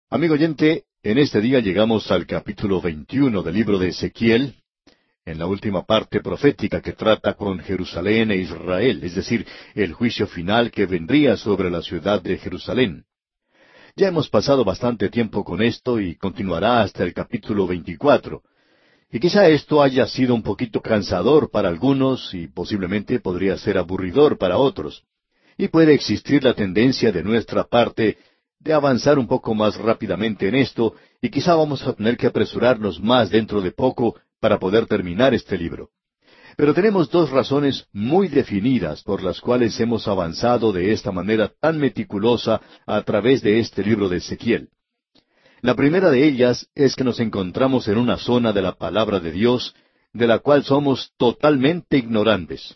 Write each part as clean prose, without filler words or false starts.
Amigo oyente, en este día llegamos al capítulo 21 del libro de Ezequiel, en la última parte profética que trata con Jerusalén e Israel, es decir, el juicio final que vendría sobre la ciudad de Jerusalén. Ya hemos pasado bastante tiempo con esto y continuará hasta el capítulo 24. Y quizá esto haya sido un poquito cansador para algunos y posiblemente podría ser aburridor para otros. Y puede existir la tendencia de nuestra parte de avanzar un poco más rápidamente en esto, y quizá vamos a tener que apresurarnos más dentro de poco para poder terminar este libro. Pero tenemos dos razones muy definidas por las cuales hemos avanzado de esta manera tan meticulosa a través de este libro de Ezequiel. La primera de ellas es que nos encontramos en una zona de la palabra de Dios de la cual somos totalmente ignorantes.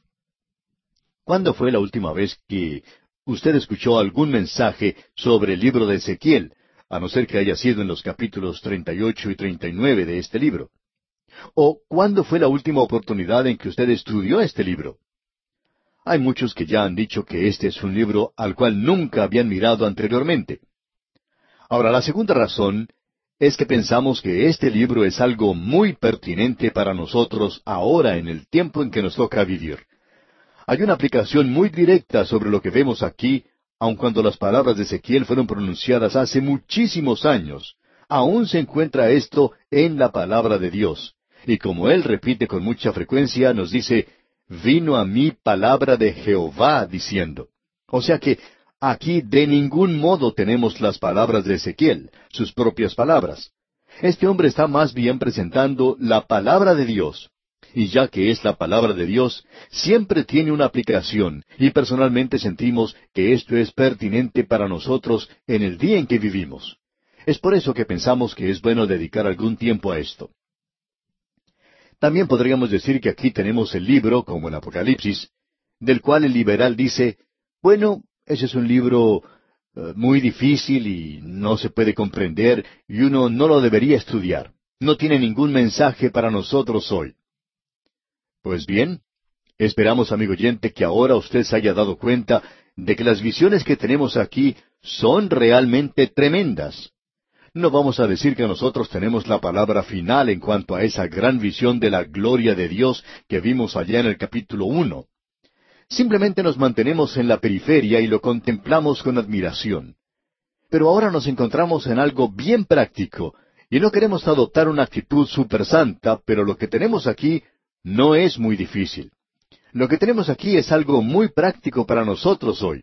¿Cuándo fue la última vez que usted escuchó algún mensaje sobre el libro de Ezequiel, a no ser que haya sido en los capítulos 38 y 39 de este libro? ¿O cuándo fue la última oportunidad en que usted estudió este libro? Hay muchos que ya han dicho que este es un libro al cual nunca habían mirado anteriormente. Ahora, la segunda razón es que pensamos que este libro es algo muy pertinente para nosotros ahora en el tiempo en que nos toca vivir. Hay una aplicación muy directa sobre lo que vemos aquí, aun cuando las palabras de Ezequiel fueron pronunciadas hace muchísimos años. Aún se encuentra esto en la palabra de Dios. Y como él repite con mucha frecuencia, nos dice, vino a mí palabra de Jehová diciendo. O sea que aquí de ningún modo tenemos las palabras de Ezequiel, sus propias palabras. Este hombre está más bien presentando la palabra de Dios. Y ya que es la palabra de Dios, siempre tiene una aplicación, y personalmente sentimos que esto es pertinente para nosotros en el día en que vivimos. Es por eso que pensamos que es bueno dedicar algún tiempo a esto. También podríamos decir que aquí tenemos el libro, como el Apocalipsis, del cual el liberal dice, bueno, ese es un libro muy difícil y no se puede comprender, y uno no lo debería estudiar. No tiene ningún mensaje para nosotros hoy. Pues bien, esperamos, amigo oyente, que ahora usted se haya dado cuenta de que las visiones que tenemos aquí son realmente tremendas. No vamos a decir que nosotros tenemos la palabra final en cuanto a esa gran visión de la gloria de Dios que vimos allá en el capítulo 1. Simplemente nos mantenemos en la periferia y lo contemplamos con admiración. Pero ahora nos encontramos en algo bien práctico, y no queremos adoptar una actitud supersanta, pero lo que tenemos aquí no es muy difícil. Lo que tenemos aquí es algo muy práctico para nosotros hoy.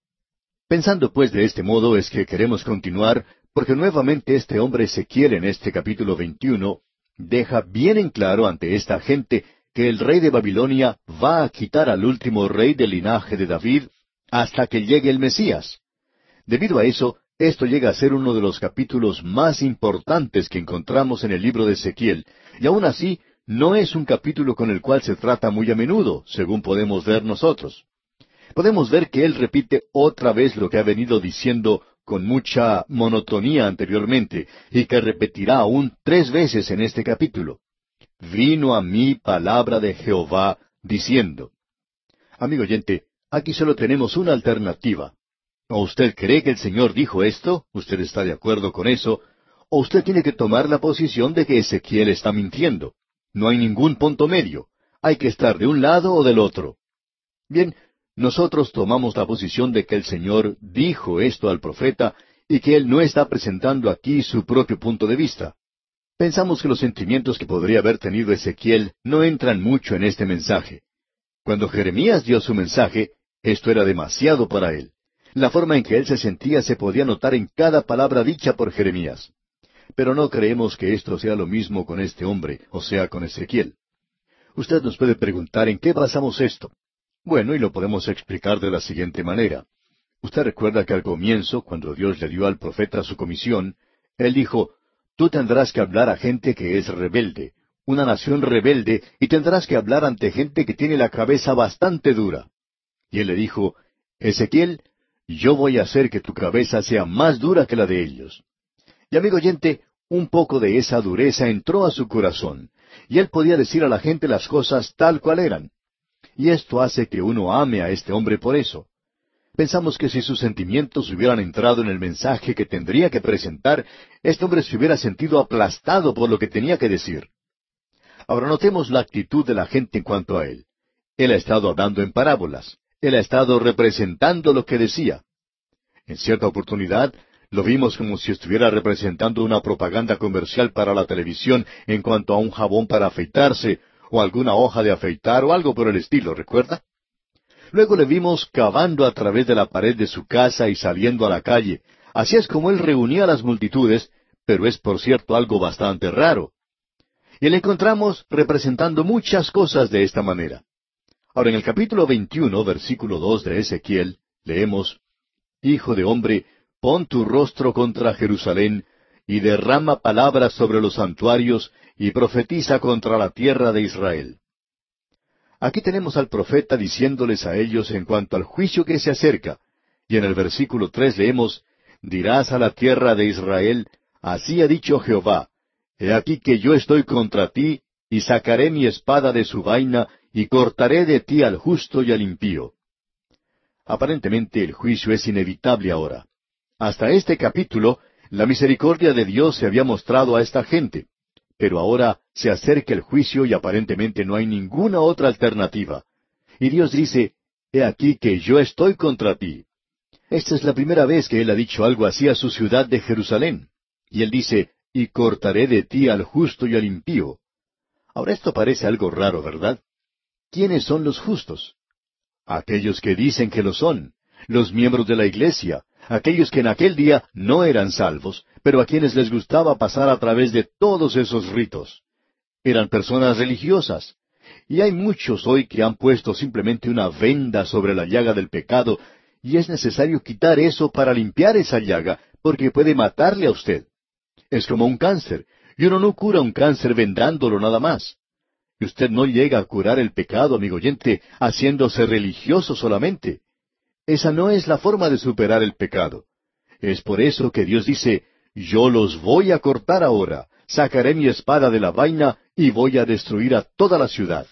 Pensando pues de este modo es que queremos continuar, porque nuevamente este hombre Ezequiel en este capítulo 21 deja bien en claro ante esta gente que el rey de Babilonia va a quitar al último rey del linaje de David hasta que llegue el Mesías. Debido a eso, esto llega a ser uno de los capítulos más importantes que encontramos en el libro de Ezequiel, y aún así no es un capítulo con el cual se trata muy a menudo, según podemos ver nosotros. Podemos ver que él repite otra vez lo que ha venido diciendo con mucha monotonía anteriormente, y que repetirá aún 3 veces en este capítulo. Vino a mí palabra de Jehová diciendo. Amigo oyente, aquí solo tenemos una alternativa. ¿O usted cree que el Señor dijo esto? ¿Usted está de acuerdo con eso? ¿O usted tiene que tomar la posición de que Ezequiel está mintiendo? No hay ningún punto medio. Hay que estar de un lado o del otro. Bien, nosotros tomamos la posición de que el Señor dijo esto al profeta y que él no está presentando aquí su propio punto de vista. Pensamos que los sentimientos que podría haber tenido Ezequiel no entran mucho en este mensaje. Cuando Jeremías dio su mensaje, esto era demasiado para él. La forma en que él se sentía se podía notar en cada palabra dicha por Jeremías. Pero no creemos que esto sea lo mismo con este hombre, o sea, con Ezequiel. Usted nos puede preguntar en qué basamos esto. Bueno, y lo podemos explicar de la siguiente manera. Usted recuerda que al comienzo, cuando Dios le dio al profeta su comisión, él dijo, tú tendrás que hablar a gente que es rebelde, una nación rebelde, y tendrás que hablar ante gente que tiene la cabeza bastante dura. Y él le dijo, Ezequiel, yo voy a hacer que tu cabeza sea más dura que la de ellos. Y amigo oyente, un poco de esa dureza entró a su corazón, y él podía decir a la gente las cosas tal cual eran. Y esto hace que uno ame a este hombre por eso. Pensamos que si sus sentimientos hubieran entrado en el mensaje que tendría que presentar, este hombre se hubiera sentido aplastado por lo que tenía que decir. Ahora notemos la actitud de la gente en cuanto a él. Él ha estado hablando en parábolas. Él ha estado representando lo que decía. En cierta oportunidad, lo vimos como si estuviera representando una propaganda comercial para la televisión en cuanto a un jabón para afeitarse, o alguna hoja de afeitar, o algo por el estilo, ¿recuerda? Luego le vimos cavando a través de la pared de su casa y saliendo a la calle. Así es como él reunía a las multitudes, pero es por cierto algo bastante raro. Y le encontramos representando muchas cosas de esta manera. Ahora, en el capítulo 21, versículo 2 de Ezequiel, leemos, Hijo de hombre, pon tu rostro contra Jerusalén, y derrama palabras sobre los santuarios, y profetiza contra la tierra de Israel. Aquí tenemos al profeta diciéndoles a ellos en cuanto al juicio que se acerca, y en el versículo 3 leemos, Dirás a la tierra de Israel, Así ha dicho Jehová, He aquí que yo estoy contra ti, y sacaré mi espada de su vaina, y cortaré de ti al justo y al impío. Aparentemente el juicio es inevitable ahora. Hasta este capítulo, la misericordia de Dios se había mostrado a esta gente, pero ahora se acerca el juicio y aparentemente no hay ninguna otra alternativa. Y Dios dice, He aquí que yo estoy contra ti. Esta es la primera vez que Él ha dicho algo así a su ciudad de Jerusalén. Y Él dice, y cortaré de ti al justo y al impío. Ahora esto parece algo raro, ¿verdad? ¿Quiénes son los justos? Aquellos que dicen que lo son, los miembros de la iglesia, aquellos que en aquel día no eran salvos, pero a quienes les gustaba pasar a través de todos esos ritos. Eran personas religiosas. Y hay muchos hoy que han puesto simplemente una venda sobre la llaga del pecado, y es necesario quitar eso para limpiar esa llaga, porque puede matarle a usted. Es como un cáncer, y uno no cura un cáncer vendándolo nada más. Y usted no llega a curar el pecado, amigo oyente, haciéndose religioso solamente. Esa no es la forma de superar el pecado. Es por eso que Dios dice, yo los voy a cortar ahora, sacaré mi espada de la vaina y voy a destruir a toda la ciudad.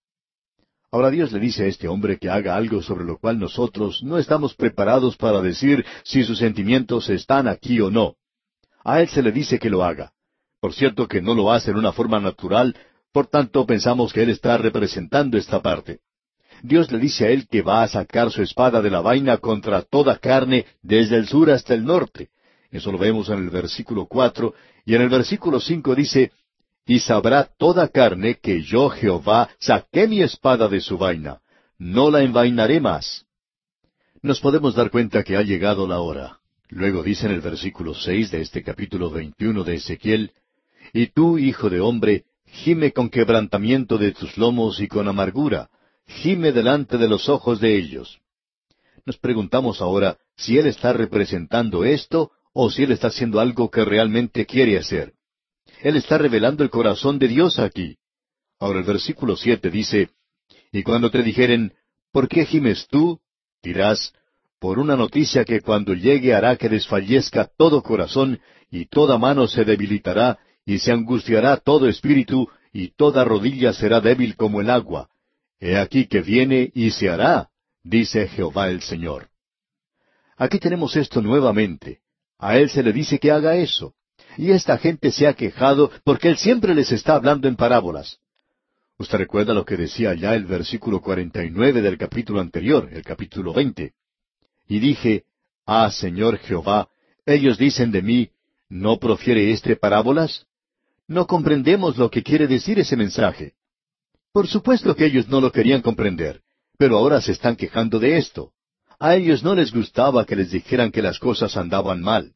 Ahora Dios le dice a este hombre que haga algo sobre lo cual nosotros no estamos preparados para decir si sus sentimientos están aquí o no. A él se le dice que lo haga. Por cierto que no lo hace en una forma natural, por tanto pensamos que él está representando esta parte. Dios le dice a él que va a sacar su espada de la vaina contra toda carne desde el sur hasta el norte. Eso lo vemos en el versículo 4, y en el versículo 5 dice, y sabrá toda carne que yo Jehová saqué mi espada de su vaina, no la envainaré más. Nos podemos dar cuenta que ha llegado la hora. Luego dice en el versículo 6 de este capítulo 21 de Ezequiel, y tú, hijo de hombre, gime con quebrantamiento de tus lomos y con amargura, gime delante de los ojos de ellos. Nos preguntamos ahora si él está representando esto o si él está haciendo algo que realmente quiere hacer. Él está revelando el corazón de Dios aquí. Ahora el versículo 7 dice, y cuando te dijeren, ¿por qué gimes tú? Dirás, por una noticia que cuando llegue hará que desfallezca todo corazón, y toda mano se debilitará, y se angustiará todo espíritu, y toda rodilla será débil como el agua. He aquí que viene y se hará, dice Jehová el Señor. Aquí tenemos esto nuevamente. A él se le dice que haga eso. Y esta gente se ha quejado porque él siempre les está hablando en parábolas. Usted recuerda lo que decía ya el versículo 49 del capítulo anterior, el capítulo 20. Y dije, Señor Jehová, ellos dicen de mí, ¿no profiere éste parábolas? No comprendemos lo que quiere decir ese mensaje. Por supuesto que ellos no lo querían comprender, pero ahora se están quejando de esto. A ellos no les gustaba que les dijeran que las cosas andaban mal.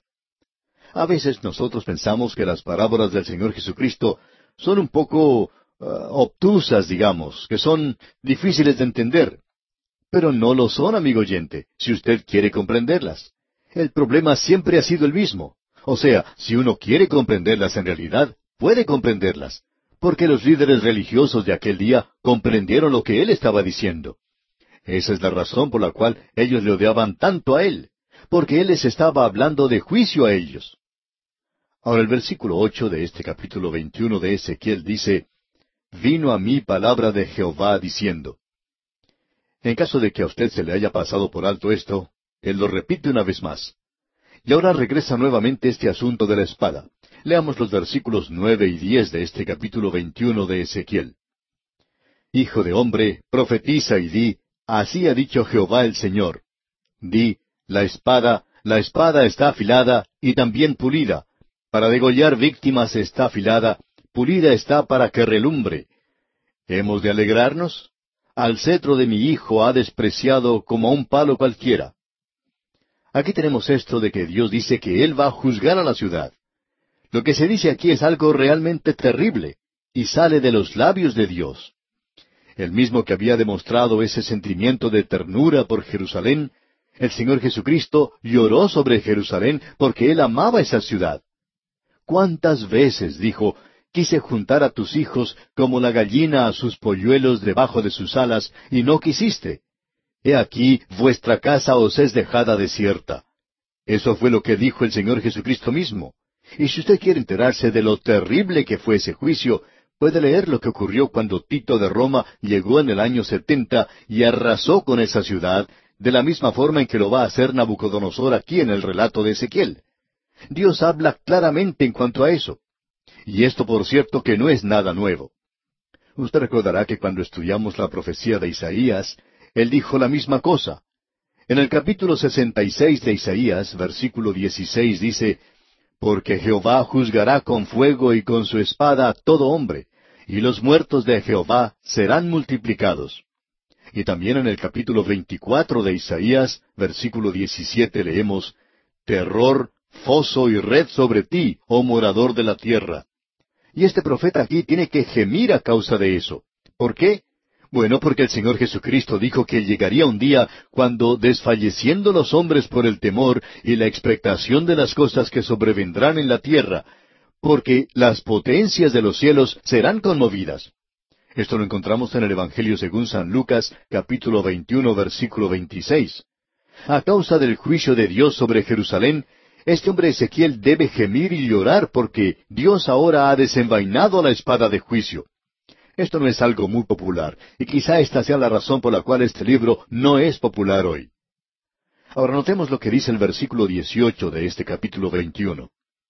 A veces nosotros pensamos que las parábolas del Señor Jesucristo son un poco obtusas, digamos, que son difíciles de entender. Pero no lo son, amigo oyente, si usted quiere comprenderlas. El problema siempre ha sido el mismo. O sea, si uno quiere comprenderlas en realidad, puede comprenderlas, porque los líderes religiosos de aquel día comprendieron lo que él estaba diciendo. Esa es la razón por la cual ellos le odiaban tanto a él, porque él les estaba hablando de juicio a ellos. Ahora el versículo 8 de este capítulo 21 de Ezequiel dice, Vino a mí palabra de Jehová diciendo. En caso de que a usted se le haya pasado por alto esto, él lo repite una vez más. Y ahora regresa nuevamente este asunto de la espada. Leamos los versículos 9 y 10 de este capítulo 21 de Ezequiel. Hijo de hombre, profetiza y di, así ha dicho Jehová el Señor. Di, la espada está afilada y también pulida. Para degollar víctimas está afilada, pulida está para que relumbre. ¿Hemos de alegrarnos? Al cetro de mi hijo ha despreciado como a un palo cualquiera. Aquí tenemos esto de que Dios dice que Él va a juzgar a la ciudad. Lo que se dice aquí es algo realmente terrible, y sale de los labios de Dios. El mismo que había demostrado ese sentimiento de ternura por Jerusalén, el Señor Jesucristo lloró sobre Jerusalén porque Él amaba esa ciudad. ¿Cuántas veces, dijo, quise juntar a tus hijos como la gallina a sus polluelos debajo de sus alas, y no quisiste? He aquí, vuestra casa os es dejada desierta. Eso fue lo que dijo el Señor Jesucristo mismo. Y si usted quiere enterarse de lo terrible que fue ese juicio, puede leer lo que ocurrió cuando Tito de Roma llegó en el año 70 y arrasó con esa ciudad, de la misma forma en que lo va a hacer Nabucodonosor aquí en el relato de Ezequiel. Dios habla claramente en cuanto a eso. Y esto, por cierto, que no es nada nuevo. Usted recordará que cuando estudiamos la profecía de Isaías, él dijo la misma cosa. En el capítulo 66 de Isaías, versículo 16, dice, porque Jehová juzgará con fuego y con su espada a todo hombre, y los muertos de Jehová serán multiplicados. Y también en el capítulo 24 de Isaías, versículo 17, leemos, terror, foso y red sobre ti, oh morador de la tierra. Y este profeta aquí tiene que gemir a causa de eso. ¿Por qué? Bueno, porque el Señor Jesucristo dijo que llegaría un día cuando, desfalleciendo los hombres por el temor y la expectación de las cosas que sobrevendrán en la tierra, porque las potencias de los cielos serán conmovidas. Esto lo encontramos en el Evangelio según San Lucas, capítulo 21, versículo 26. A causa del juicio de Dios sobre Jerusalén, este hombre Ezequiel debe gemir y llorar porque Dios ahora ha desenvainado la espada de juicio. Esto no es algo muy popular, y quizá esta sea la razón por la cual este libro no es popular hoy. Ahora notemos lo que dice el versículo 18 de este capítulo 21.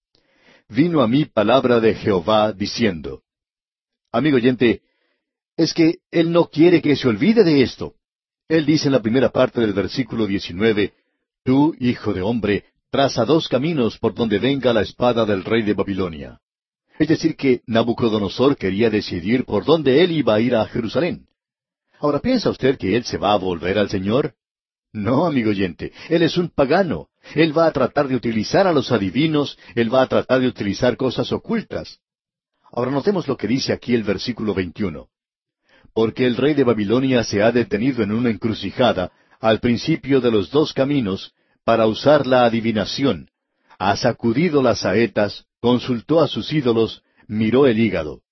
Vino a mí palabra de Jehová diciendo. Amigo oyente, es que Él no quiere que se olvide de esto. Él dice en la primera parte del versículo 19, tú, hijo de hombre, traza dos caminos por donde venga la espada del rey de Babilonia. Es decir, que Nabucodonosor quería decidir por dónde él iba a ir a Jerusalén. Ahora, ¿piensa usted que él se va a volver al Señor? No, amigo oyente, él es un pagano. Él va a tratar de utilizar a los adivinos, él va a tratar de utilizar cosas ocultas. Ahora notemos lo que dice aquí el versículo 21. Porque el rey de Babilonia se ha detenido en una encrucijada, al principio de los dos caminos, para usar la adivinación. Ha sacudido las saetas, consultó a sus ídolos, miró el hígado.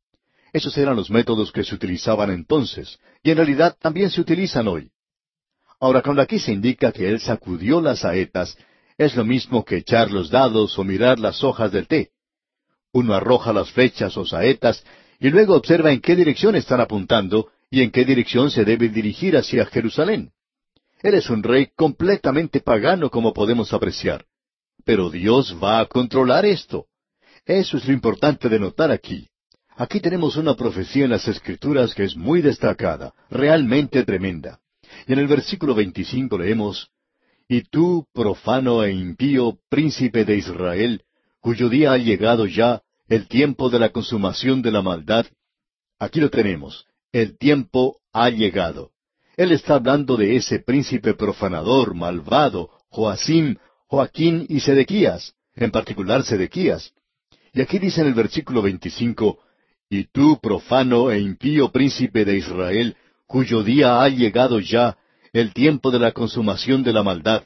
Esos eran los métodos que se utilizaban entonces, y en realidad también se utilizan hoy. Ahora, cuando aquí se indica que él sacudió las saetas, es lo mismo que echar los dados o mirar las hojas del té. Uno arroja las flechas o saetas, y luego observa en qué dirección están apuntando, y en qué dirección se debe dirigir hacia Jerusalén. Él es un rey completamente pagano, como podemos apreciar. Pero Dios va a controlar esto. Eso es lo importante de notar aquí. Aquí tenemos una profecía en las Escrituras que es muy destacada, realmente tremenda. Y en el versículo 25 leemos, y tú, profano e impío, príncipe de Israel, cuyo día ha llegado ya, el tiempo de la consumación de la maldad. Aquí lo tenemos, el tiempo ha llegado. Él está hablando de ese príncipe profanador, malvado, Joacim, Joaquín y Sedequías, en particular Sedequías. Y aquí dice en el versículo 25, y tú, profano e impío príncipe de Israel, cuyo día ha llegado ya, el tiempo de la consumación de la maldad.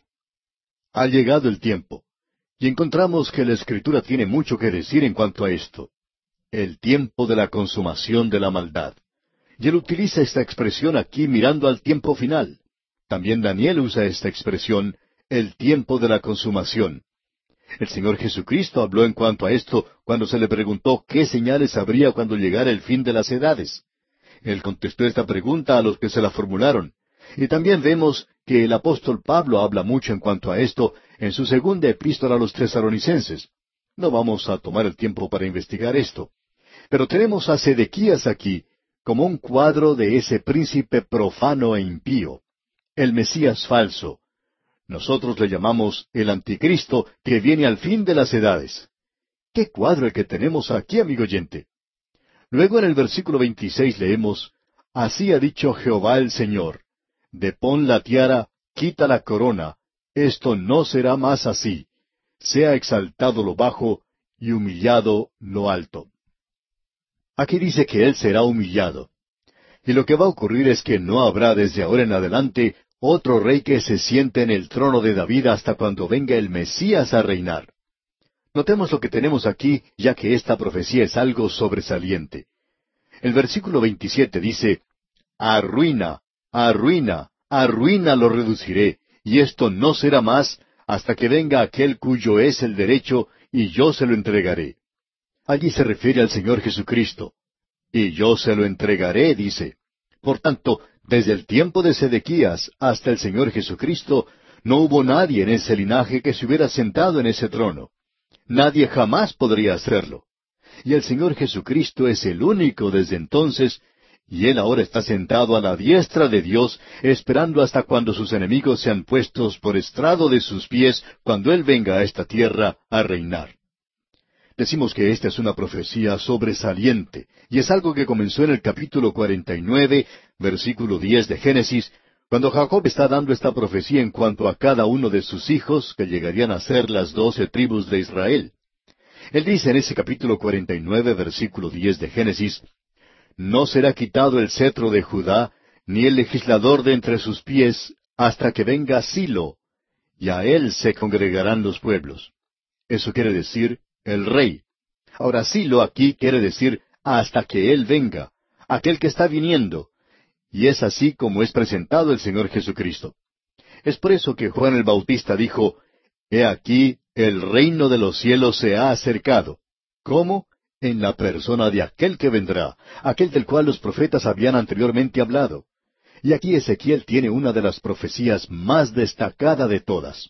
Ha llegado el tiempo. Y encontramos que la Escritura tiene mucho que decir en cuanto a esto. El tiempo de la consumación de la maldad. Y él utiliza esta expresión aquí mirando al tiempo final. También Daniel usa esta expresión, el tiempo de la consumación. El Señor Jesucristo habló en cuanto a esto cuando se le preguntó qué señales habría cuando llegara el fin de las edades. Él contestó esta pregunta a los que se la formularon. Y también vemos que el apóstol Pablo habla mucho en cuanto a esto en su segunda epístola a los Tesalonicenses. No vamos a tomar el tiempo para investigar esto. Pero tenemos a Sedequías aquí como un cuadro de ese príncipe profano e impío, el Mesías falso. Nosotros le llamamos el anticristo que viene al fin de las edades. ¡Qué cuadro el que tenemos aquí, amigo oyente! Luego en el versículo 26 leemos, Así ha dicho Jehová el Señor, depón la tiara, quita la corona, esto no será más así. Sea exaltado lo bajo y humillado lo alto. Aquí dice que Él será humillado. Y lo que va a ocurrir es que no habrá desde ahora en adelante otro rey que se siente en el trono de David hasta cuando venga el Mesías a reinar. Notemos lo que tenemos aquí, ya que esta profecía es algo sobresaliente. El versículo 27 dice, Arruina, arruina, arruina lo reduciré, y esto no será más hasta que venga aquel cuyo es el derecho, y yo se lo entregaré. Allí se refiere al Señor Jesucristo. Y yo se lo entregaré, dice. Por tanto, desde el tiempo de Sedequías hasta el Señor Jesucristo, no hubo nadie en ese linaje que se hubiera sentado en ese trono. Nadie jamás podría hacerlo. Y el Señor Jesucristo es el único desde entonces, y Él ahora está sentado a la diestra de Dios, esperando hasta cuando sus enemigos sean puestos por estrado de sus pies, cuando Él venga a esta tierra a reinar. Decimos que esta es una profecía sobresaliente, y es algo que comenzó en el capítulo 49, versículo 10 de Génesis, cuando Jacob está dando esta profecía en cuanto a cada uno de sus hijos, que llegarían a ser las 12 tribus de Israel. Él dice en ese capítulo 49, versículo 10 de Génesis, No será quitado el cetro de Judá, ni el legislador de entre sus pies, hasta que venga Silo, y a él se congregarán los pueblos. Eso quiere decir el rey. Ahora Silo aquí quiere decir hasta que él venga, aquel que está viniendo. Y es así como es presentado el Señor Jesucristo. Es por eso que Juan el Bautista dijo, He aquí, el reino de los cielos se ha acercado. ¿Cómo? En la persona de aquel que vendrá, aquel del cual los profetas habían anteriormente hablado. Y aquí Ezequiel tiene una de las profecías más destacada de todas.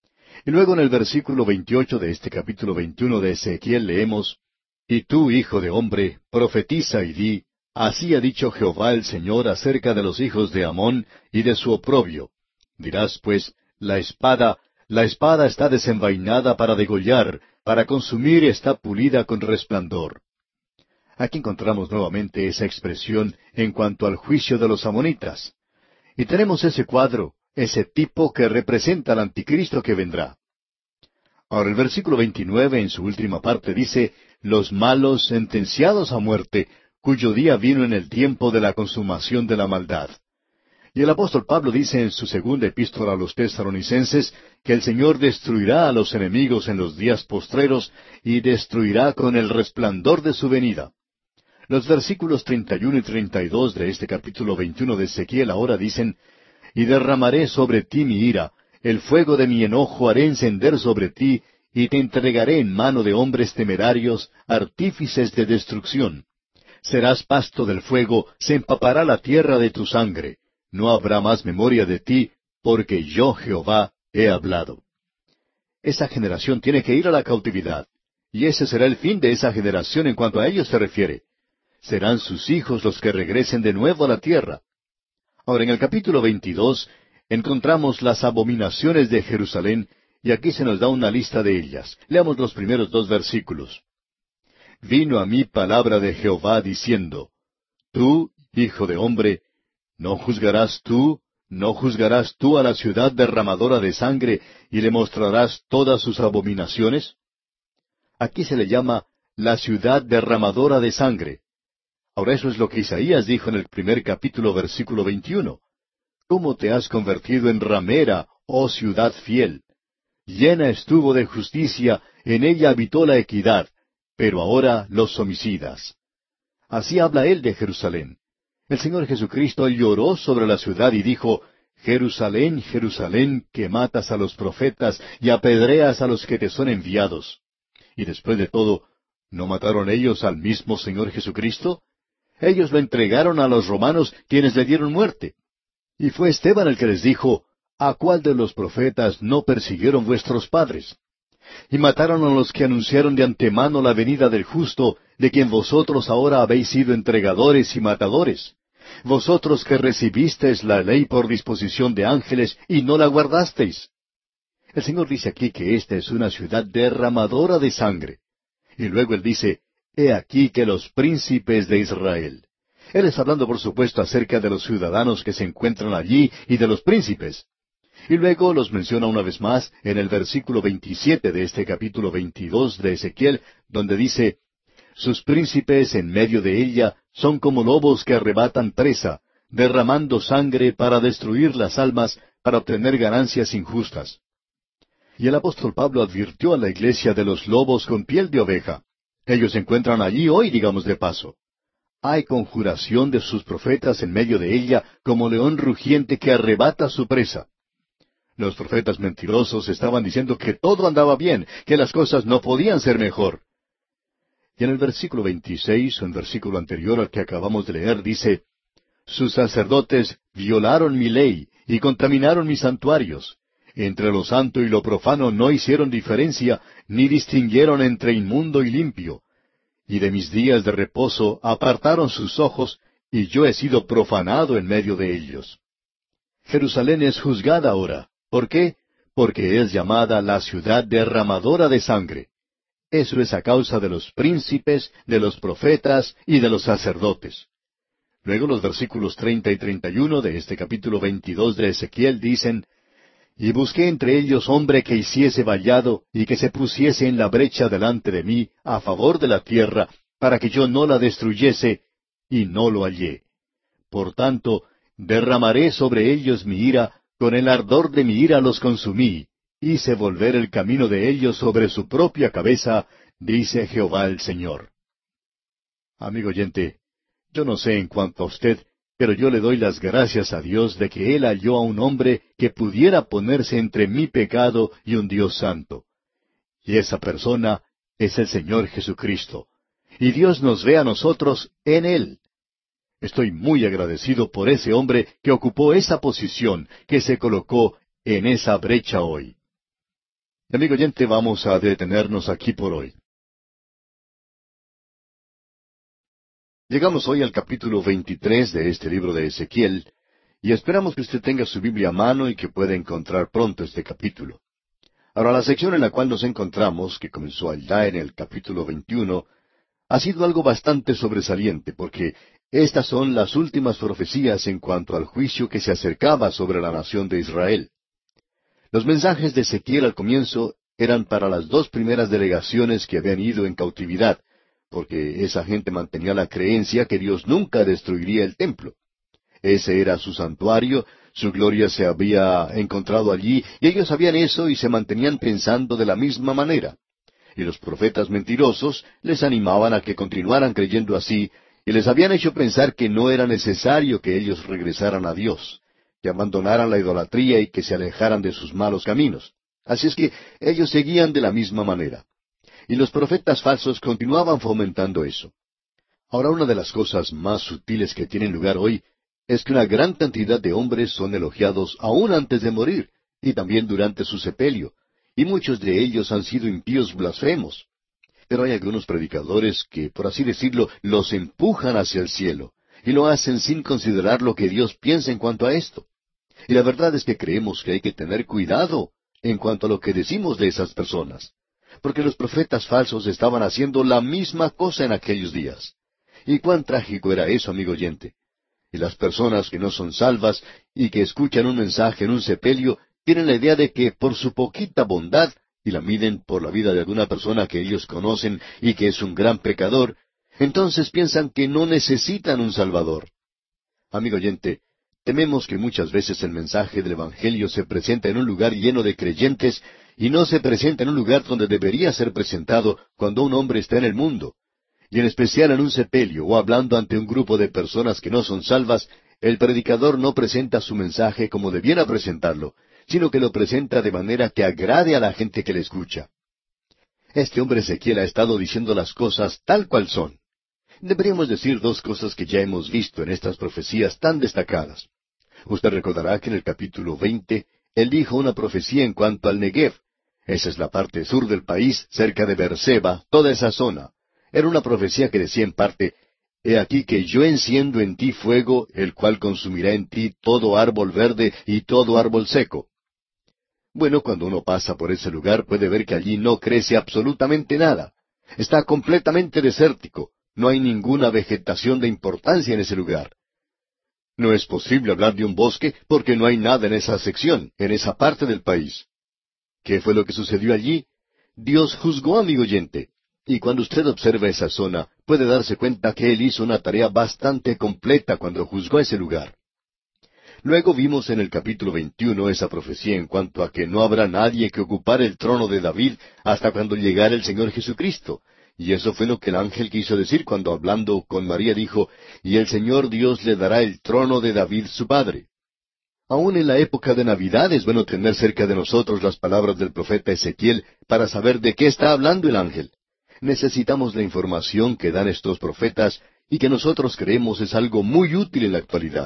Y luego en el versículo 28 de este capítulo 21 de Ezequiel leemos, Y tú, hijo de hombre, profetiza y di, Así ha dicho Jehová el Señor acerca de los hijos de Amón y de su oprobio. Dirás pues, la espada está desenvainada para degollar, para consumir está pulida con resplandor. Aquí encontramos nuevamente esa expresión en cuanto al juicio de los amonitas. Y tenemos ese cuadro, ese tipo que representa al anticristo que vendrá. Ahora el versículo 29 en su última parte dice, los malos sentenciados a muerte, cuyo día vino en el tiempo de la consumación de la maldad. Y el apóstol Pablo dice en su segunda epístola a los Tesalonicenses que el Señor destruirá a los enemigos en los días postreros y destruirá con el resplandor de su venida. Los versículos 31 y 32 de este capítulo 21 de Ezequiel ahora dicen, Y derramaré sobre ti mi ira, el fuego de mi enojo haré encender sobre ti, y te entregaré en mano de hombres temerarios, artífices de destrucción. Serás pasto del fuego, se empapará la tierra de tu sangre. No habrá más memoria de ti, porque yo, Jehová, he hablado. Esa generación tiene que ir a la cautividad, y ese será el fin de esa generación en cuanto a ellos se refiere. Serán sus hijos los que regresen de nuevo a la tierra. Ahora, en el capítulo 22 encontramos las abominaciones de Jerusalén, y aquí se nos da una lista de ellas. Leamos los primeros 2 versículos. Vino a mí palabra de Jehová diciendo, Tú, hijo de hombre, ¿no juzgarás tú a la ciudad derramadora de sangre, y le mostrarás todas sus abominaciones? Aquí se le llama la ciudad derramadora de sangre. Ahora eso es lo que Isaías dijo en el primer capítulo, versículo 21. ¿Cómo te has convertido en ramera, oh ciudad fiel? Llena estuvo de justicia, en ella habitó la equidad, pero ahora los homicidas. Así habla él de Jerusalén. El Señor Jesucristo lloró sobre la ciudad y dijo, Jerusalén, Jerusalén, que matas a los profetas y apedreas a los que te son enviados. Y después de todo, ¿no mataron ellos al mismo Señor Jesucristo? Ellos lo entregaron a los romanos, quienes le dieron muerte. Y fue Esteban el que les dijo, ¿a cuál de los profetas no persiguieron vuestros padres? Y mataron a los que anunciaron de antemano la venida del justo, de quien vosotros ahora habéis sido entregadores y matadores. Vosotros que recibisteis la ley por disposición de ángeles y no la guardasteis. El Señor dice aquí que esta es una ciudad derramadora de sangre. Y luego Él dice, he aquí que los príncipes de Israel. Él está hablando, por supuesto, acerca de los ciudadanos que se encuentran allí y de los príncipes. Y luego los menciona una vez más en el versículo 27 de este capítulo 22 de Ezequiel, donde dice, sus príncipes en medio de ella son como lobos que arrebatan presa, derramando sangre para destruir las almas, para obtener ganancias injustas. Y el apóstol Pablo advirtió a la iglesia de los lobos con piel de oveja. Ellos se encuentran allí hoy, digamos de paso. Hay conjuración de sus profetas en medio de ella como león rugiente que arrebata su presa. Los profetas mentirosos estaban diciendo que todo andaba bien, que las cosas no podían ser mejor. Y en el versículo 26, un versículo anterior al que acabamos de leer, dice, sus sacerdotes violaron mi ley y contaminaron mis santuarios. Entre lo santo y lo profano no hicieron diferencia, ni distinguieron entre inmundo y limpio. Y de mis días de reposo apartaron sus ojos, y yo he sido profanado en medio de ellos. Jerusalén es juzgada ahora. ¿Por qué? Porque es llamada la ciudad derramadora de sangre. Eso es a causa de los príncipes, de los profetas y de los sacerdotes. Luego los versículos 30 y 31 de este capítulo 22 de Ezequiel dicen, y busqué entre ellos hombre que hiciese vallado y que se pusiese en la brecha delante de mí a favor de la tierra, para que yo no la destruyese, y no lo hallé. Por tanto, derramaré sobre ellos mi ira, con el ardor de mi ira los consumí, hice volver el camino de ellos sobre su propia cabeza, dice Jehová el Señor. Amigo oyente, yo no sé en cuanto a usted, pero yo le doy las gracias a Dios de que Él halló a un hombre que pudiera ponerse entre mi pecado y un Dios santo. Y esa persona es el Señor Jesucristo. Y Dios nos ve a nosotros en Él. Estoy muy agradecido por ese hombre que ocupó esa posición, que se colocó en esa brecha hoy. Amigo oyente, vamos a detenernos aquí por hoy. Llegamos hoy al capítulo 23 de este libro de Ezequiel, y esperamos que usted tenga su Biblia a mano y que pueda encontrar pronto este capítulo. Ahora, la sección en la cual nos encontramos, que comenzó allá en el capítulo 21, ha sido algo bastante sobresaliente, porque estas son las últimas profecías en cuanto al juicio que se acercaba sobre la nación de Israel. Los mensajes de Ezequiel al comienzo eran para las dos primeras delegaciones que habían ido en cautividad, porque esa gente mantenía la creencia que Dios nunca destruiría el templo. Ese era su santuario, su gloria se había encontrado allí, y ellos sabían eso y se mantenían pensando de la misma manera. Y los profetas mentirosos les animaban a que continuaran creyendo así, y les habían hecho pensar que no era necesario que ellos regresaran a Dios, que abandonaran la idolatría y que se alejaran de sus malos caminos. Así es que ellos seguían de la misma manera. Y los profetas falsos continuaban fomentando eso. Ahora, una de las cosas más sutiles que tienen lugar hoy es que una gran cantidad de hombres son elogiados aún antes de morir, y también durante su sepelio, y muchos de ellos han sido impíos blasfemos. Pero hay algunos predicadores que, por así decirlo, los empujan hacia el cielo, y lo hacen sin considerar lo que Dios piensa en cuanto a esto. Y la verdad es que creemos que hay que tener cuidado en cuanto a lo que decimos de esas personas, porque los profetas falsos estaban haciendo la misma cosa en aquellos días. Y cuán trágico era eso, amigo oyente. Y las personas que no son salvas y que escuchan un mensaje en un sepelio tienen la idea de que por su poquita bondad, y la miden por la vida de alguna persona que ellos conocen y que es un gran pecador, entonces piensan que no necesitan un Salvador. Amigo oyente, tememos que muchas veces el mensaje del Evangelio se presenta en un lugar lleno de creyentes y no se presenta en un lugar donde debería ser presentado cuando un hombre está en el mundo. Y en especial en un sepelio o hablando ante un grupo de personas que no son salvas, el predicador no presenta su mensaje como debiera presentarlo, sino que lo presenta de manera que agrade a la gente que le escucha. Este hombre Ezequiel ha estado diciendo las cosas tal cual son. Deberíamos decir dos cosas que ya hemos visto en estas profecías tan destacadas. Usted recordará que en el capítulo 20, él dijo una profecía en cuanto al Negev. Esa es la parte sur del país, cerca de Beerseba, toda esa zona. Era una profecía que decía en parte, He aquí que yo enciendo en ti fuego, el cual consumirá en ti todo árbol verde y todo árbol seco. Bueno, cuando uno pasa por ese lugar puede ver que allí no crece absolutamente nada. Está completamente desértico. No hay ninguna vegetación de importancia en ese lugar. No es posible hablar de un bosque porque no hay nada en esa sección, en esa parte del país. ¿Qué fue lo que sucedió allí? Dios juzgó, amigo oyente. Y cuando usted observa esa zona, puede darse cuenta que Él hizo una tarea bastante completa cuando juzgó ese lugar. Luego vimos en el capítulo 21 esa profecía en cuanto a que no habrá nadie que ocupara el trono de David hasta cuando llegara el Señor Jesucristo. Y eso fue lo que el ángel quiso decir cuando hablando con María dijo, y el Señor Dios le dará el trono de David su padre. Aún en la época de Navidad es bueno tener cerca de nosotros las palabras del profeta Ezequiel para saber de qué está hablando el ángel. Necesitamos la información que dan estos profetas y que nosotros creemos es algo muy útil en la actualidad.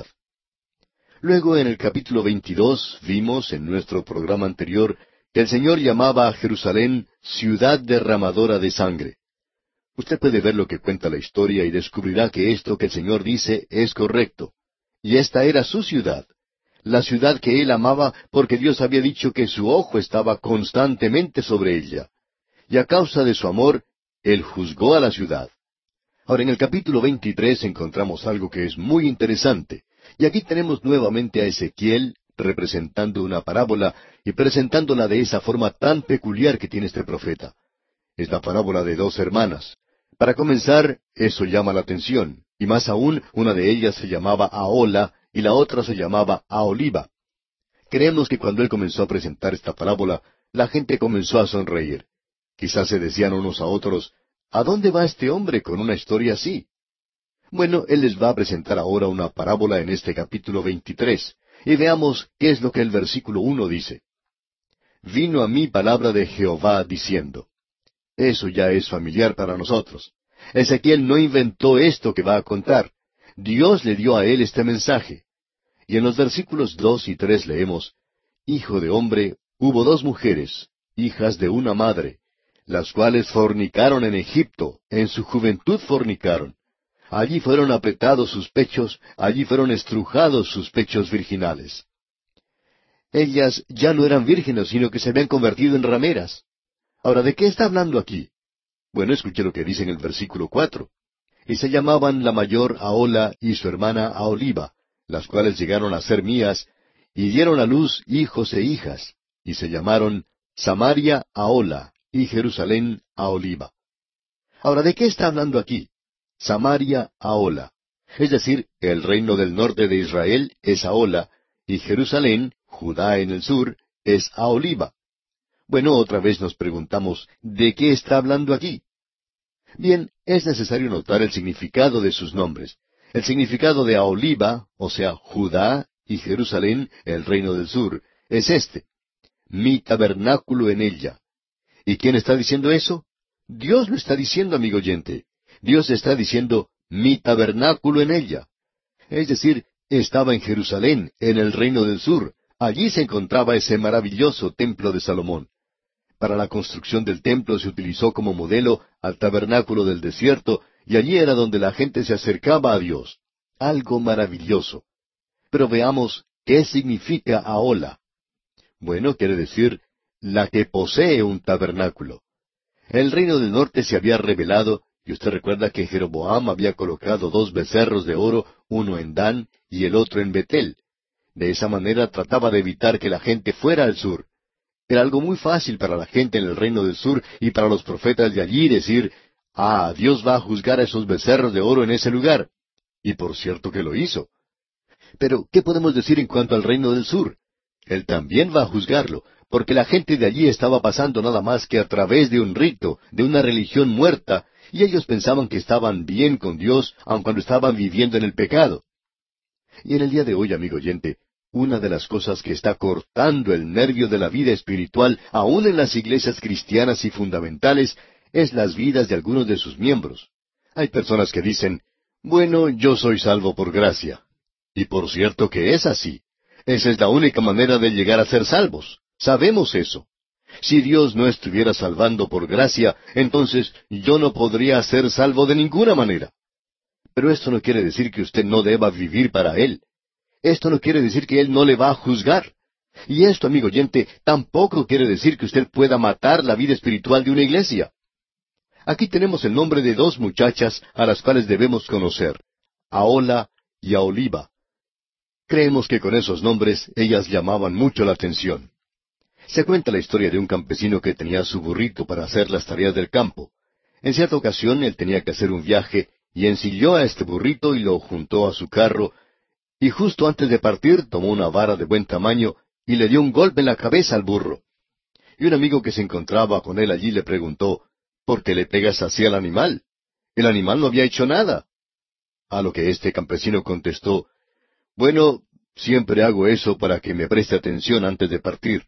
Luego en el capítulo 22 vimos en nuestro programa anterior que el Señor llamaba a Jerusalén ciudad derramadora de sangre. Usted puede ver lo que cuenta la historia y descubrirá que esto que el Señor dice es correcto. Y esta era su ciudad. La ciudad que él amaba porque Dios había dicho que su ojo estaba constantemente sobre ella. Y a causa de su amor, él juzgó a la ciudad. Ahora en el capítulo 23 encontramos algo que es muy interesante. Y aquí tenemos nuevamente a Ezequiel representando una parábola y presentándola de esa forma tan peculiar que tiene este profeta. Es la parábola de dos hermanas. Para comenzar, eso llama la atención, y más aún, una de ellas se llamaba Ahola y la otra se llamaba Aholiba. Creemos que cuando él comenzó a presentar esta parábola, la gente comenzó a sonreír. Quizás se decían unos a otros, ¿a dónde va este hombre con una historia así? Bueno, él les va a presentar ahora una parábola en este capítulo 23, y veamos qué es lo que el versículo 1 dice. Vino a mí palabra de Jehová diciendo. Eso ya es familiar para nosotros. Ezequiel no inventó esto que va a contar. Dios le dio a él este mensaje. Y en los versículos 2 y 3 leemos, Hijo de hombre, hubo dos mujeres, hijas de una madre, las cuales fornicaron en Egipto, en su juventud fornicaron. Allí fueron apretados sus pechos, allí fueron estrujados sus pechos virginales. Ellas ya no eran vírgenes, sino que se habían convertido en rameras. Ahora, ¿de qué está hablando aquí? Bueno, escuche lo que dice en el versículo 4. Y se llamaban la mayor Ahola y su hermana Aholiba, las cuales llegaron a ser mías, y dieron a luz hijos e hijas, y se llamaron Samaria Ahola y Jerusalén Aholiba. Ahora, ¿de qué está hablando aquí? Samaria Ahola. Es decir, el reino del norte de Israel es Ahola, y Jerusalén, Judá en el sur, es Aholiba. Bueno, otra vez nos preguntamos, ¿de qué está hablando aquí? Bien, es necesario notar el significado de sus nombres. El significado de Aholiba, o sea, Judá y Jerusalén, el reino del sur, es este. Mi tabernáculo en ella. ¿Y quién está diciendo eso? Dios lo está diciendo, amigo oyente. Dios está diciendo, mi tabernáculo en ella. Es decir, estaba en Jerusalén, en el reino del sur. Allí se encontraba ese maravilloso templo de Salomón. Para la construcción del templo se utilizó como modelo al tabernáculo del desierto, y allí era donde la gente se acercaba a Dios. Algo maravilloso. Pero veamos, ¿qué significa Ahola? Bueno, quiere decir, la que posee un tabernáculo. El reino del norte se había rebelado, y usted recuerda que Jeroboam había colocado dos becerros de oro, uno en Dan y el otro en Betel. De esa manera trataba de evitar que la gente fuera al sur. Era algo muy fácil para la gente en el reino del sur y para los profetas de allí decir, Dios va a juzgar a esos becerros de oro en ese lugar. Y por cierto que lo hizo. Pero, ¿qué podemos decir en cuanto al reino del sur? Él también va a juzgarlo, porque la gente de allí estaba pasando nada más que a través de un rito, de una religión muerta, y ellos pensaban que estaban bien con Dios, aun cuando estaban viviendo en el pecado. Y en el día de hoy, amigo oyente, una de las cosas que está cortando el nervio de la vida espiritual, aún en las iglesias cristianas y fundamentales, es las vidas de algunos de sus miembros. Hay personas que dicen, bueno, yo soy salvo por gracia. Y por cierto que es así. Esa es la única manera de llegar a ser salvos. Sabemos eso. Si Dios no estuviera salvando por gracia, entonces yo no podría ser salvo de ninguna manera. Pero esto no quiere decir que usted no deba vivir para Él. Esto no quiere decir que Él no le va a juzgar. Y esto, amigo oyente, tampoco quiere decir que usted pueda matar la vida espiritual de una iglesia. Aquí tenemos el nombre de dos muchachas a las cuales debemos conocer, Ahola y Aholiba. Creemos que con esos nombres ellas llamaban mucho la atención. Se cuenta la historia de un campesino que tenía su burrito para hacer las tareas del campo. En cierta ocasión él tenía que hacer un viaje y ensilló a este burrito y lo juntó a su carro, y justo antes de partir tomó una vara de buen tamaño y le dio un golpe en la cabeza al burro. Y un amigo que se encontraba con él allí le preguntó, ¿por qué le pegas así al animal? El animal no había hecho nada. A lo que este campesino contestó, bueno, siempre hago eso para que me preste atención antes de partir.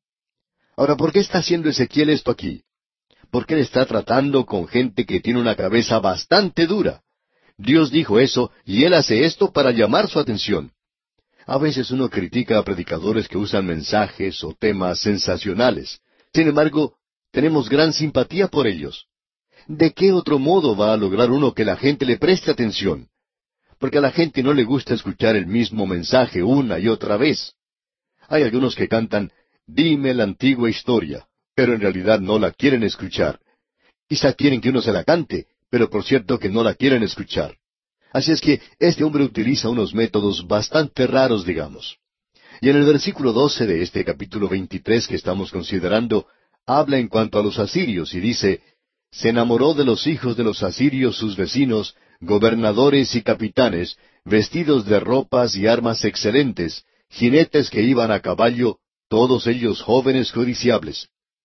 Ahora, ¿por qué está haciendo Ezequiel esto aquí? Porque él está tratando con gente que tiene una cabeza bastante dura. Dios dijo eso, y él hace esto para llamar su atención. A veces uno critica a predicadores que usan mensajes o temas sensacionales. Sin embargo, tenemos gran simpatía por ellos. ¿De qué otro modo va a lograr uno que la gente le preste atención? Porque a la gente no le gusta escuchar el mismo mensaje una y otra vez. Hay algunos que cantan, dime la antigua historia, pero en realidad no la quieren escuchar. Quizá quieren que uno se la cante, pero por cierto que no la quieren escuchar. Así es que este hombre utiliza unos métodos bastante raros, digamos. Y en el versículo 12 de este capítulo 23 que estamos considerando, habla en cuanto a los asirios y dice, se enamoró de los hijos de los asirios sus vecinos, gobernadores y capitanes, vestidos de ropas y armas excelentes, jinetes que iban a caballo, todos ellos jóvenes codiciables.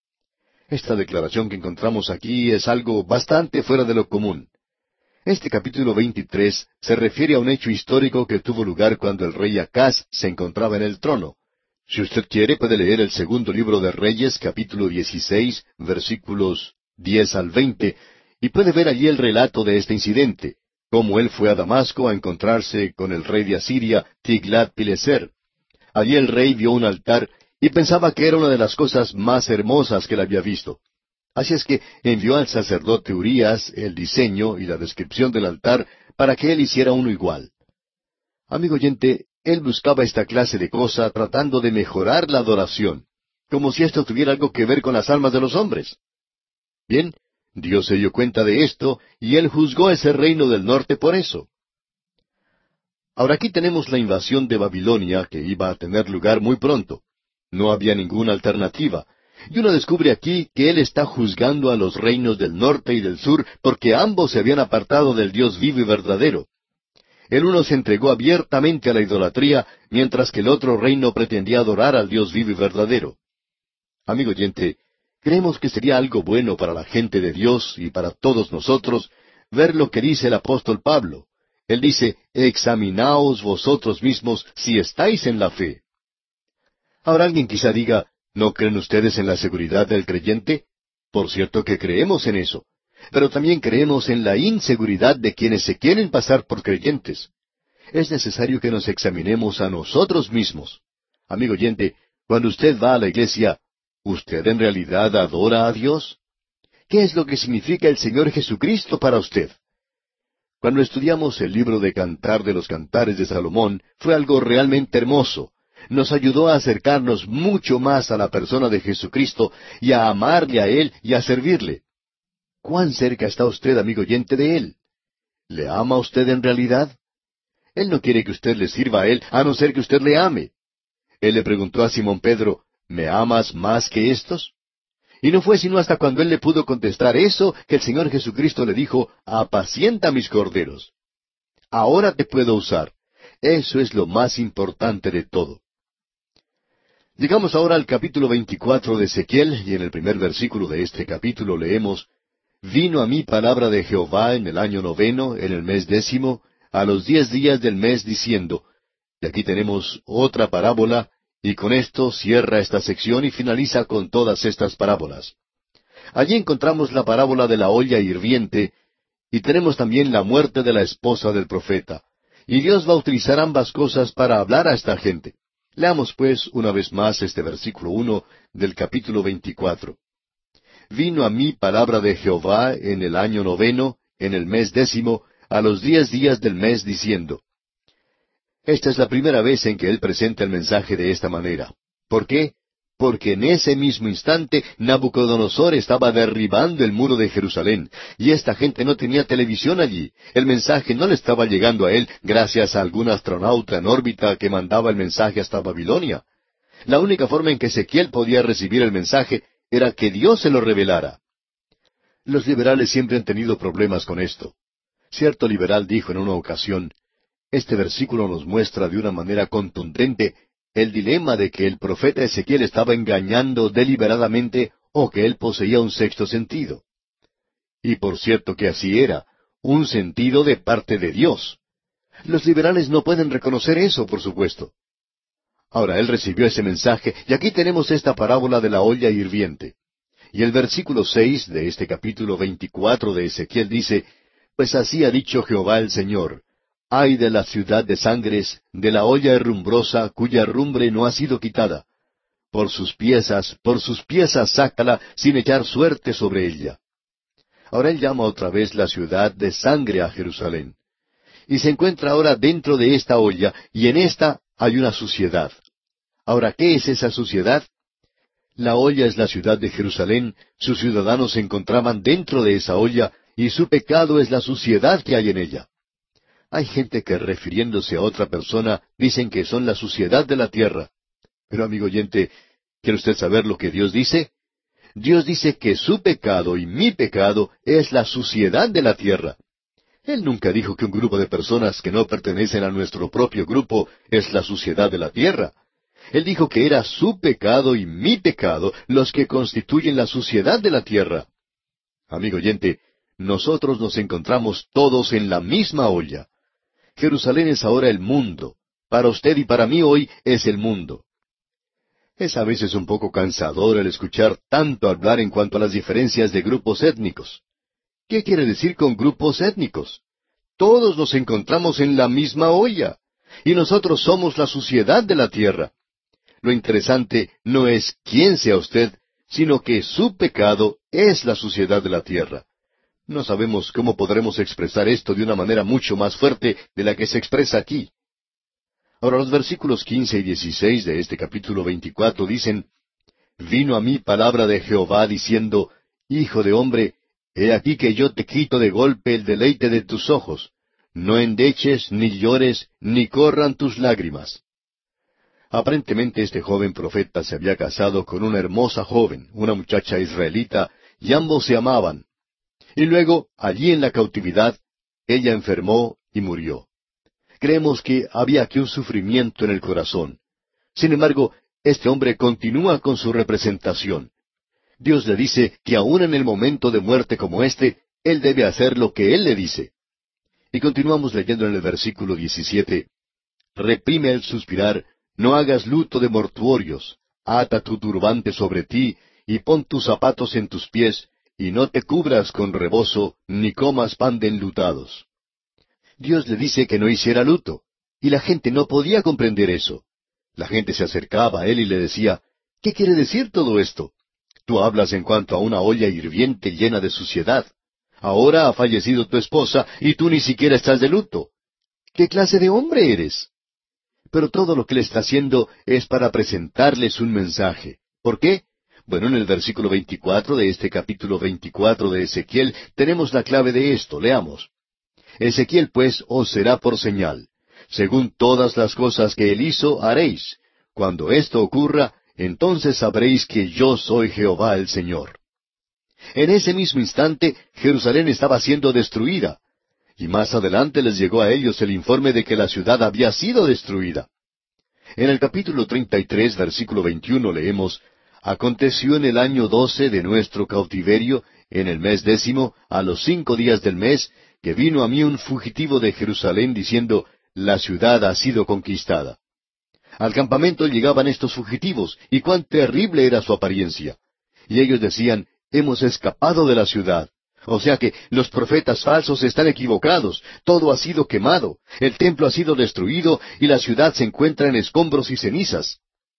Esta declaración que encontramos aquí es algo bastante fuera de lo común. Este capítulo 23 se refiere a un hecho histórico que tuvo lugar cuando el rey Acaz se encontraba en el trono. Si usted quiere, puede leer el segundo libro de Reyes, capítulo 16, versículos 10 al 20, y puede ver allí el relato de este incidente, cómo él fue a Damasco a encontrarse con el rey de Asiria, Tiglat-Pileser. Allí el rey vio un altar y pensaba que era una de las cosas más hermosas que él había visto. Así es que envió al sacerdote Urías el diseño y la descripción del altar para que él hiciera uno igual. Amigo oyente, él buscaba esta clase de cosa tratando de mejorar la adoración, como si esto tuviera algo que ver con las almas de los hombres. Bien, Dios se dio cuenta de esto y él juzgó a ese reino del norte por eso. Ahora aquí tenemos la invasión de Babilonia que iba a tener lugar muy pronto. No había ninguna alternativa. Y uno descubre aquí que él está juzgando a los reinos del norte y del sur porque ambos se habían apartado del Dios vivo y verdadero. El uno se entregó abiertamente a la idolatría, mientras que el otro reino pretendía adorar al Dios vivo y verdadero. Amigo oyente, creemos que sería algo bueno para la gente de Dios y para todos nosotros ver lo que dice el apóstol Pablo. Él dice, examinaos vosotros mismos si estáis en la fe. Ahora alguien quizá diga, ¿no creen ustedes en la seguridad del creyente? Por cierto que creemos en eso. Pero también creemos en la inseguridad de quienes se quieren pasar por creyentes. Es necesario que nos examinemos a nosotros mismos. Amigo oyente, cuando usted va a la iglesia, ¿usted en realidad adora a Dios? ¿Qué es lo que significa el Señor Jesucristo para usted? Cuando estudiamos el libro de Cantar de los Cantares de Salomón, fue algo realmente hermoso. Nos ayudó a acercarnos mucho más a la persona de Jesucristo y a amarle a Él y a servirle. ¿Cuán cerca está usted, amigo oyente, de Él? ¿Le ama usted en realidad? Él no quiere que usted le sirva a Él, a no ser que usted le ame. Él le preguntó a Simón Pedro, ¿me amas más que estos? Y no fue sino hasta cuando él le pudo contestar eso que el Señor Jesucristo le dijo, apacienta mis corderos. Ahora te puedo usar. Eso es lo más importante de todo. Llegamos ahora al capítulo 24 de Ezequiel, y en el primer versículo de este capítulo leemos, Vino a mí palabra de Jehová en el año 9, en el mes 10, a los 10 días del mes, diciendo, y aquí tenemos otra parábola, y con esto cierra esta sección y finaliza con todas estas parábolas. Allí encontramos la parábola de la olla hirviente, y tenemos también la muerte de la esposa del profeta. Y Dios va a utilizar ambas cosas para hablar a esta gente. Leamos pues una vez más este versículo 1 del capítulo 24. Vino a mí palabra de Jehová en el año 9, en el mes 10, a los 10 días del mes, diciendo. Esta es la primera vez en que él presenta el mensaje de esta manera. ¿Por qué? Porque en ese mismo instante Nabucodonosor estaba derribando el muro de Jerusalén, y esta gente no tenía televisión allí. El mensaje no le estaba llegando a él gracias a algún astronauta en órbita que mandaba el mensaje hasta Babilonia. La única forma en que Ezequiel podía recibir el mensaje era que Dios se lo revelara. Los liberales siempre han tenido problemas con esto. Cierto liberal dijo en una ocasión, este versículo nos muestra de una manera contundente el dilema de que el profeta Ezequiel estaba engañando deliberadamente o que él poseía un sexto sentido. Y por cierto que así era, un sentido de parte de Dios. Los liberales no pueden reconocer eso, por supuesto. Ahora, él recibió ese mensaje, y aquí tenemos esta parábola de la olla hirviente. Y el versículo 6 de este capítulo 24 de Ezequiel dice, Pues así ha dicho Jehová el Señor, ay de la ciudad de sangres, de la olla herrumbrosa, cuya herrumbre no ha sido quitada. Por sus piezas sácala, sin echar suerte sobre ella. Ahora él llama otra vez la ciudad de sangre a Jerusalén. Y se encuentra ahora dentro de esta olla, y en esta hay una suciedad. Ahora, ¿qué es esa suciedad? La olla es la ciudad de Jerusalén, sus ciudadanos se encontraban dentro de esa olla, y su pecado es la suciedad que hay en ella. Hay gente que, refiriéndose a otra persona, dicen que son la suciedad de la tierra. Pero, amigo oyente, ¿quiere usted saber lo que Dios dice? Dios dice que su pecado y mi pecado es la suciedad de la tierra. Él nunca dijo que un grupo de personas que no pertenecen a nuestro propio grupo es la suciedad de la tierra. Él dijo que era su pecado y mi pecado los que constituyen la suciedad de la tierra. Amigo oyente, nosotros nos encontramos todos en la misma olla. Jerusalén es ahora el mundo. Para usted y para mí hoy es el mundo. Es a veces un poco cansador el escuchar tanto hablar en cuanto a las diferencias de grupos étnicos. ¿Qué quiere decir con grupos étnicos? Todos nos encontramos en la misma olla, y nosotros somos la suciedad de la tierra. Lo interesante no es quién sea usted, sino que su pecado es la suciedad de la tierra. No sabemos cómo podremos expresar esto de una manera mucho más fuerte de la que se expresa aquí. Ahora los versículos 15 y 16 de este capítulo 24 dicen, Vino a mí palabra de Jehová diciendo, Hijo de hombre, he aquí que yo te quito de golpe el deleite de tus ojos. No endeches, ni llores, ni corran tus lágrimas. Aparentemente este joven profeta se había casado con una hermosa joven, una muchacha israelita, y ambos se amaban. Y luego, allí en la cautividad, ella enfermó y murió. Creemos que había aquí un sufrimiento en el corazón. Sin embargo, este hombre continúa con su representación. Dios le dice que aún en el momento de muerte como él debe hacer lo que Él le dice. Y continuamos leyendo en el versículo 17, Reprime el suspirar, no hagas luto de mortuorios, ata tu turbante sobre ti, y pon tus zapatos en tus pies, y no te cubras con rebozo, ni comas pan de enlutados. Dios le dice que no hiciera luto, y la gente no podía comprender eso. La gente se acercaba a él y le decía, ¿qué quiere decir todo esto? Tú hablas en cuanto a una olla hirviente llena de suciedad. Ahora ha fallecido tu esposa y tú ni siquiera estás de luto. ¿Qué clase de hombre eres? Pero todo lo que le está haciendo es para presentarles un mensaje. ¿Por qué? Bueno, en el versículo 24 de este capítulo 24 de Ezequiel tenemos la clave de esto. Leamos. Ezequiel pues os será por señal. Según todas las cosas que él hizo, haréis. Cuando esto ocurra, entonces sabréis que yo soy Jehová el Señor. En ese mismo instante, Jerusalén estaba siendo destruida. Y más adelante les llegó a ellos el informe de que la ciudad había sido destruida. En el capítulo 33, versículo 21 leemos, Aconteció en el año 12 de nuestro cautiverio, en el mes 10, a los 5 días del mes, que vino a mí un fugitivo de Jerusalén diciendo, La ciudad ha sido conquistada. Al campamento llegaban estos fugitivos, y cuán terrible era su apariencia. Y ellos decían, Hemos escapado de la ciudad. O sea que los profetas falsos están equivocados. Todo ha sido quemado. El templo ha sido destruido y la ciudad se encuentra en escombros y cenizas.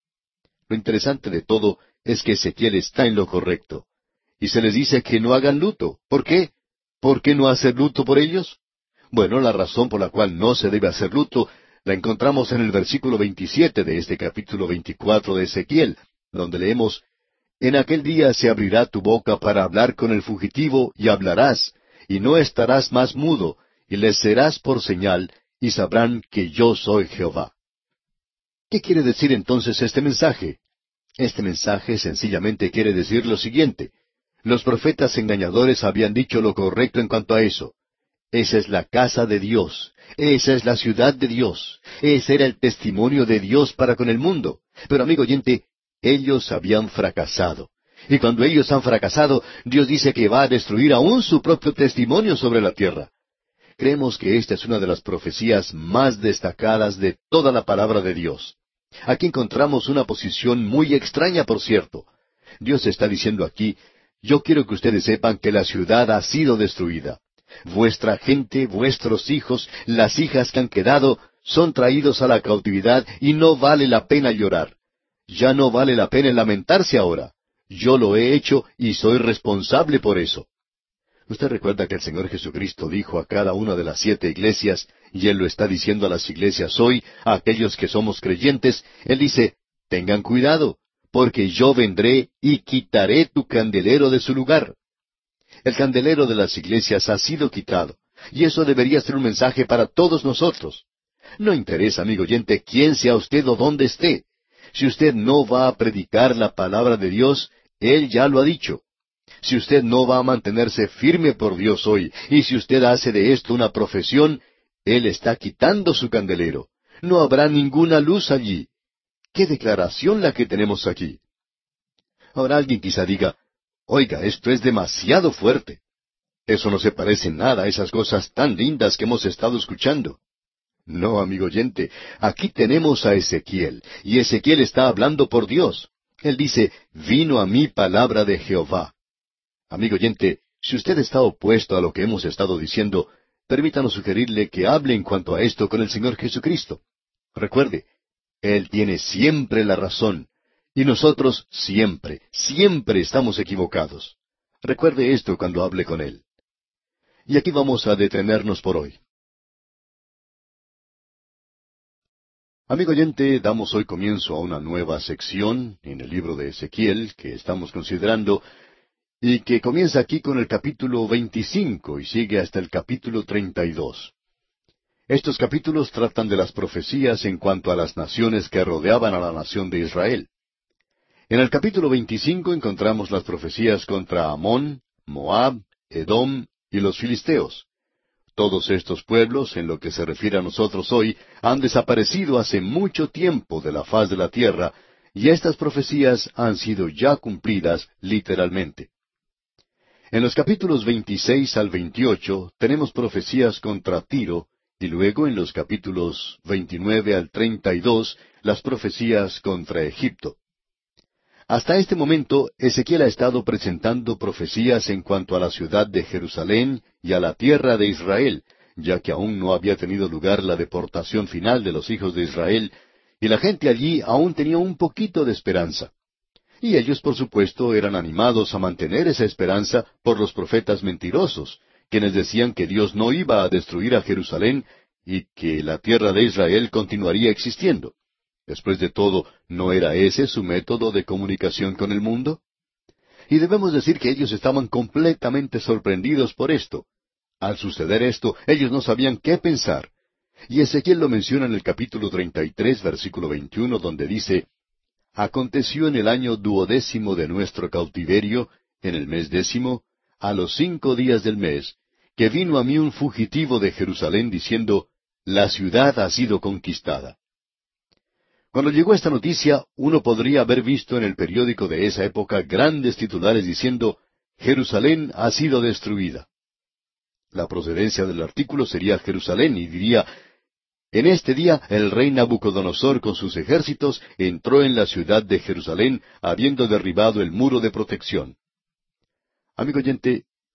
Lo interesante de todo es que Ezequiel está en lo correcto. Y se les dice que no hagan luto. ¿Por qué? ¿Por qué no hacer luto por ellos? Bueno, la razón por la cual no se debe hacer luto la encontramos en el versículo 27 de este capítulo 24 de Ezequiel, donde leemos: En aquel día se abrirá tu boca para hablar con el fugitivo, y hablarás, y no estarás más mudo, y les serás por señal, y sabrán que yo soy Jehová. ¿Qué quiere decir entonces este mensaje? Este mensaje sencillamente quiere decir lo siguiente: los profetas engañadores habían dicho lo correcto en cuanto a eso. Esa es la casa de Dios, esa es la ciudad de Dios, ese era el testimonio de Dios para con el mundo. Pero amigo oyente, ellos habían fracasado. Y cuando ellos han fracasado, Dios dice que va a destruir aún su propio testimonio sobre la tierra. Creemos que esta es una de las profecías más destacadas de toda la palabra de Dios. Aquí encontramos una posición muy extraña, por cierto. Dios está diciendo aquí: yo quiero que ustedes sepan que la ciudad ha sido destruida. Vuestra gente, vuestros hijos, las hijas que han quedado, son traídos a la cautividad y no vale la pena llorar. Ya no vale la pena lamentarse ahora. Yo lo he hecho y soy responsable por eso. Usted recuerda que el Señor Jesucristo dijo a cada una de las 7 iglesias, y Él lo está diciendo a las iglesias hoy, a aquellos que somos creyentes. Él dice: tengan cuidado, porque yo vendré y quitaré tu candelero de su lugar. El candelero de las iglesias ha sido quitado, y eso debería ser un mensaje para todos nosotros. No interesa, amigo oyente, quién sea usted o dónde esté. Si usted no va a predicar la palabra de Dios, Él ya lo ha dicho. Si usted no va a mantenerse firme por Dios hoy, y si usted hace de esto una profesión, Él está quitando su candelero. No habrá ninguna luz allí. ¡Qué declaración la que tenemos aquí! Ahora alguien quizá diga: oiga, esto es demasiado fuerte. Eso no se parece en nada a esas cosas tan lindas que hemos estado escuchando. No, amigo oyente, aquí tenemos a Ezequiel, y Ezequiel está hablando por Dios. Él dice: vino a mí palabra de Jehová. Amigo oyente, si usted está opuesto a lo que hemos estado diciendo, permítanos sugerirle que hable en cuanto a esto con el Señor Jesucristo. Recuerde, Él tiene siempre la razón, y nosotros siempre, siempre estamos equivocados. Recuerde esto cuando hable con Él. Y aquí vamos a detenernos por hoy. Amigo oyente, damos hoy comienzo a una nueva sección en el libro de Ezequiel que estamos considerando, y que comienza aquí con el capítulo 25 y sigue hasta el capítulo 32. Estos capítulos tratan de las profecías en cuanto a las naciones que rodeaban a la nación de Israel. En el capítulo 25 encontramos las profecías contra Amón, Moab, Edom y los filisteos. Todos estos pueblos, en lo que se refiere a nosotros hoy, han desaparecido hace mucho tiempo de la faz de la tierra, y estas profecías han sido ya cumplidas literalmente. En los capítulos 26 al 28 tenemos profecías contra Tiro, y luego en los capítulos 29 al 32 las profecías contra Egipto. Hasta este momento, Ezequiel ha estado presentando profecías en cuanto a la ciudad de Jerusalén y a la tierra de Israel, ya que aún no había tenido lugar la deportación final de los hijos de Israel, y la gente allí aún tenía un poquito de esperanza. Y ellos, por supuesto, eran animados a mantener esa esperanza por los profetas mentirosos, quienes decían que Dios no iba a destruir a Jerusalén y que la tierra de Israel continuaría existiendo. Después de todo, ¿no era ese su método de comunicación con el mundo? Y debemos decir que ellos estaban completamente sorprendidos por esto. Al suceder esto, ellos no sabían qué pensar. Y Ezequiel lo menciona en el capítulo 33, versículo 21, donde dice: Aconteció en el año 12º de nuestro cautiverio, en el mes 10º, a los 5 días del mes, que vino a mí un fugitivo de Jerusalén diciendo: La ciudad ha sido conquistada. Cuando llegó esta noticia, uno podría haber visto en el periódico de esa época grandes titulares diciendo: Jerusalén ha sido destruida. La procedencia del artículo sería Jerusalén y diría: En este día el rey Nabucodonosor con sus ejércitos entró en la ciudad de Jerusalén, habiendo derribado el muro de protección. Amigo oyente,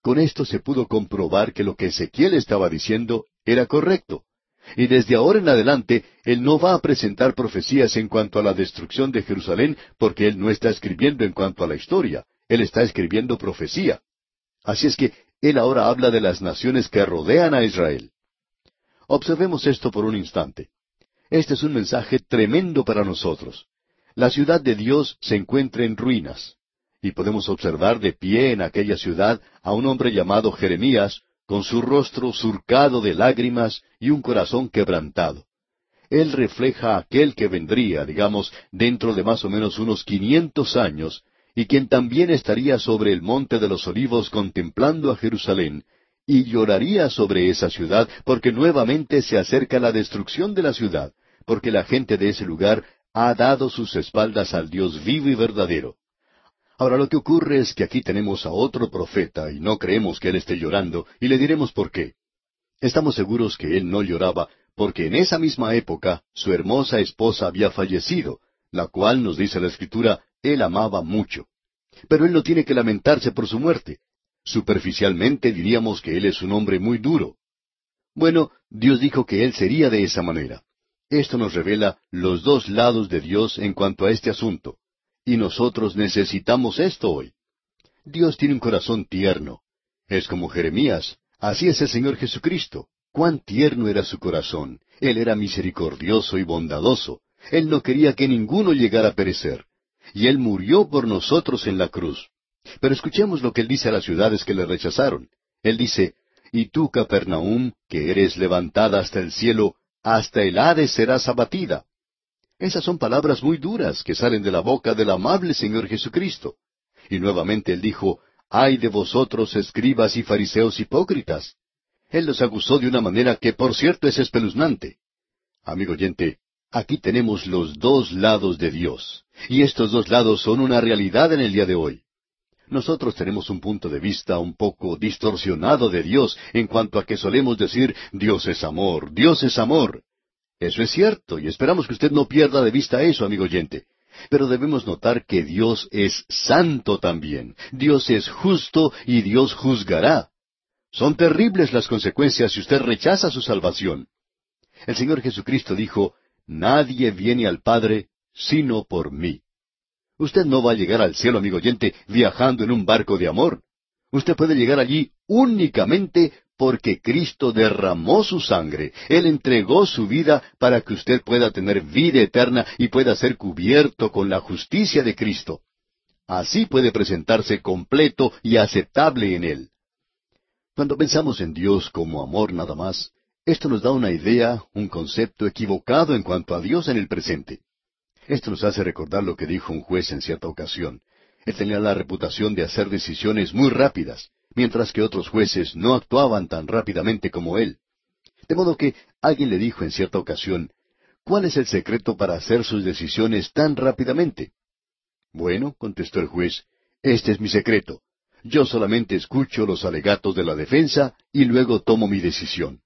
Con esto se pudo comprobar que lo que Ezequiel estaba diciendo era correcto. Y desde ahora en adelante, él no va a presentar profecías en cuanto a la destrucción de Jerusalén, porque él no está escribiendo en cuanto a la historia, él está escribiendo profecía. Así es que él ahora habla de las naciones que rodean a Israel. Observemos esto por un instante. Este es un mensaje tremendo para nosotros. La ciudad de Dios se encuentra en ruinas, y podemos observar de pie en aquella ciudad a un hombre llamado Jeremías, con su rostro surcado de lágrimas y un corazón quebrantado. Él refleja a aquel que vendría, digamos, dentro de más o menos unos 500 años, y quien también estaría sobre el monte de los olivos contemplando a Jerusalén, y lloraría sobre esa ciudad, porque nuevamente se acerca la destrucción de la ciudad, porque la gente de ese lugar ha dado sus espaldas al Dios vivo y verdadero. Ahora lo que ocurre es que aquí tenemos a otro profeta y no creemos que él esté llorando, y le diremos por qué. Estamos seguros que él no lloraba, porque en esa misma época su hermosa esposa había fallecido, la cual, nos dice la Escritura, él amaba mucho. Pero él no tiene que lamentarse por su muerte. Superficialmente diríamos que él es un hombre muy duro. Bueno, Dios dijo que él sería de esa manera. Esto nos revela los dos lados de Dios en cuanto a este asunto. Y nosotros necesitamos esto hoy. Dios tiene un corazón tierno. Es como Jeremías. Así es el Señor Jesucristo. Cuán tierno era su corazón. Él era misericordioso y bondadoso. Él no quería que ninguno llegara a perecer. Y Él murió por nosotros en la cruz. Pero escuchemos lo que Él dice a las ciudades que le rechazaron. Él dice, «Y tú, Capernaum, que eres levantada hasta el cielo, hasta el Hades serás abatida». Esas son palabras muy duras que salen de la boca del amable Señor Jesucristo. Y nuevamente Él dijo, «Ay de vosotros, escribas y fariseos hipócritas». Él los acusó de una manera que, por cierto, es espeluznante. Amigo oyente, aquí tenemos los dos lados de Dios. Y estos dos lados son una realidad en el día de hoy. Nosotros tenemos un punto de vista un poco distorsionado de Dios en cuanto a que solemos decir, Dios es amor, Dios es amor. Eso es cierto, y esperamos que usted no pierda de vista eso, amigo oyente. Pero debemos notar que Dios es santo también. Dios es justo y Dios juzgará. Son terribles las consecuencias si usted rechaza su salvación. El Señor Jesucristo dijo, «Nadie viene al Padre sino por mí». Usted no va a llegar al cielo, amigo oyente, viajando en un barco de amor. Usted puede llegar allí únicamente porque Cristo derramó su sangre. Él entregó su vida para que usted pueda tener vida eterna y pueda ser cubierto con la justicia de Cristo. Así puede presentarse completo y aceptable en Él. Cuando pensamos en Dios como amor nada más, esto nos da una idea, un concepto equivocado en cuanto a Dios en el presente. Esto nos hace recordar lo que dijo un juez en cierta ocasión. Él tenía la reputación de hacer decisiones muy rápidas, mientras que otros jueces no actuaban tan rápidamente como él. De modo que alguien le dijo en cierta ocasión, «¿Cuál es el secreto para hacer sus decisiones tan rápidamente?» «Bueno», contestó el juez, «este es mi secreto. Yo solamente escucho los alegatos de la defensa y luego tomo mi decisión».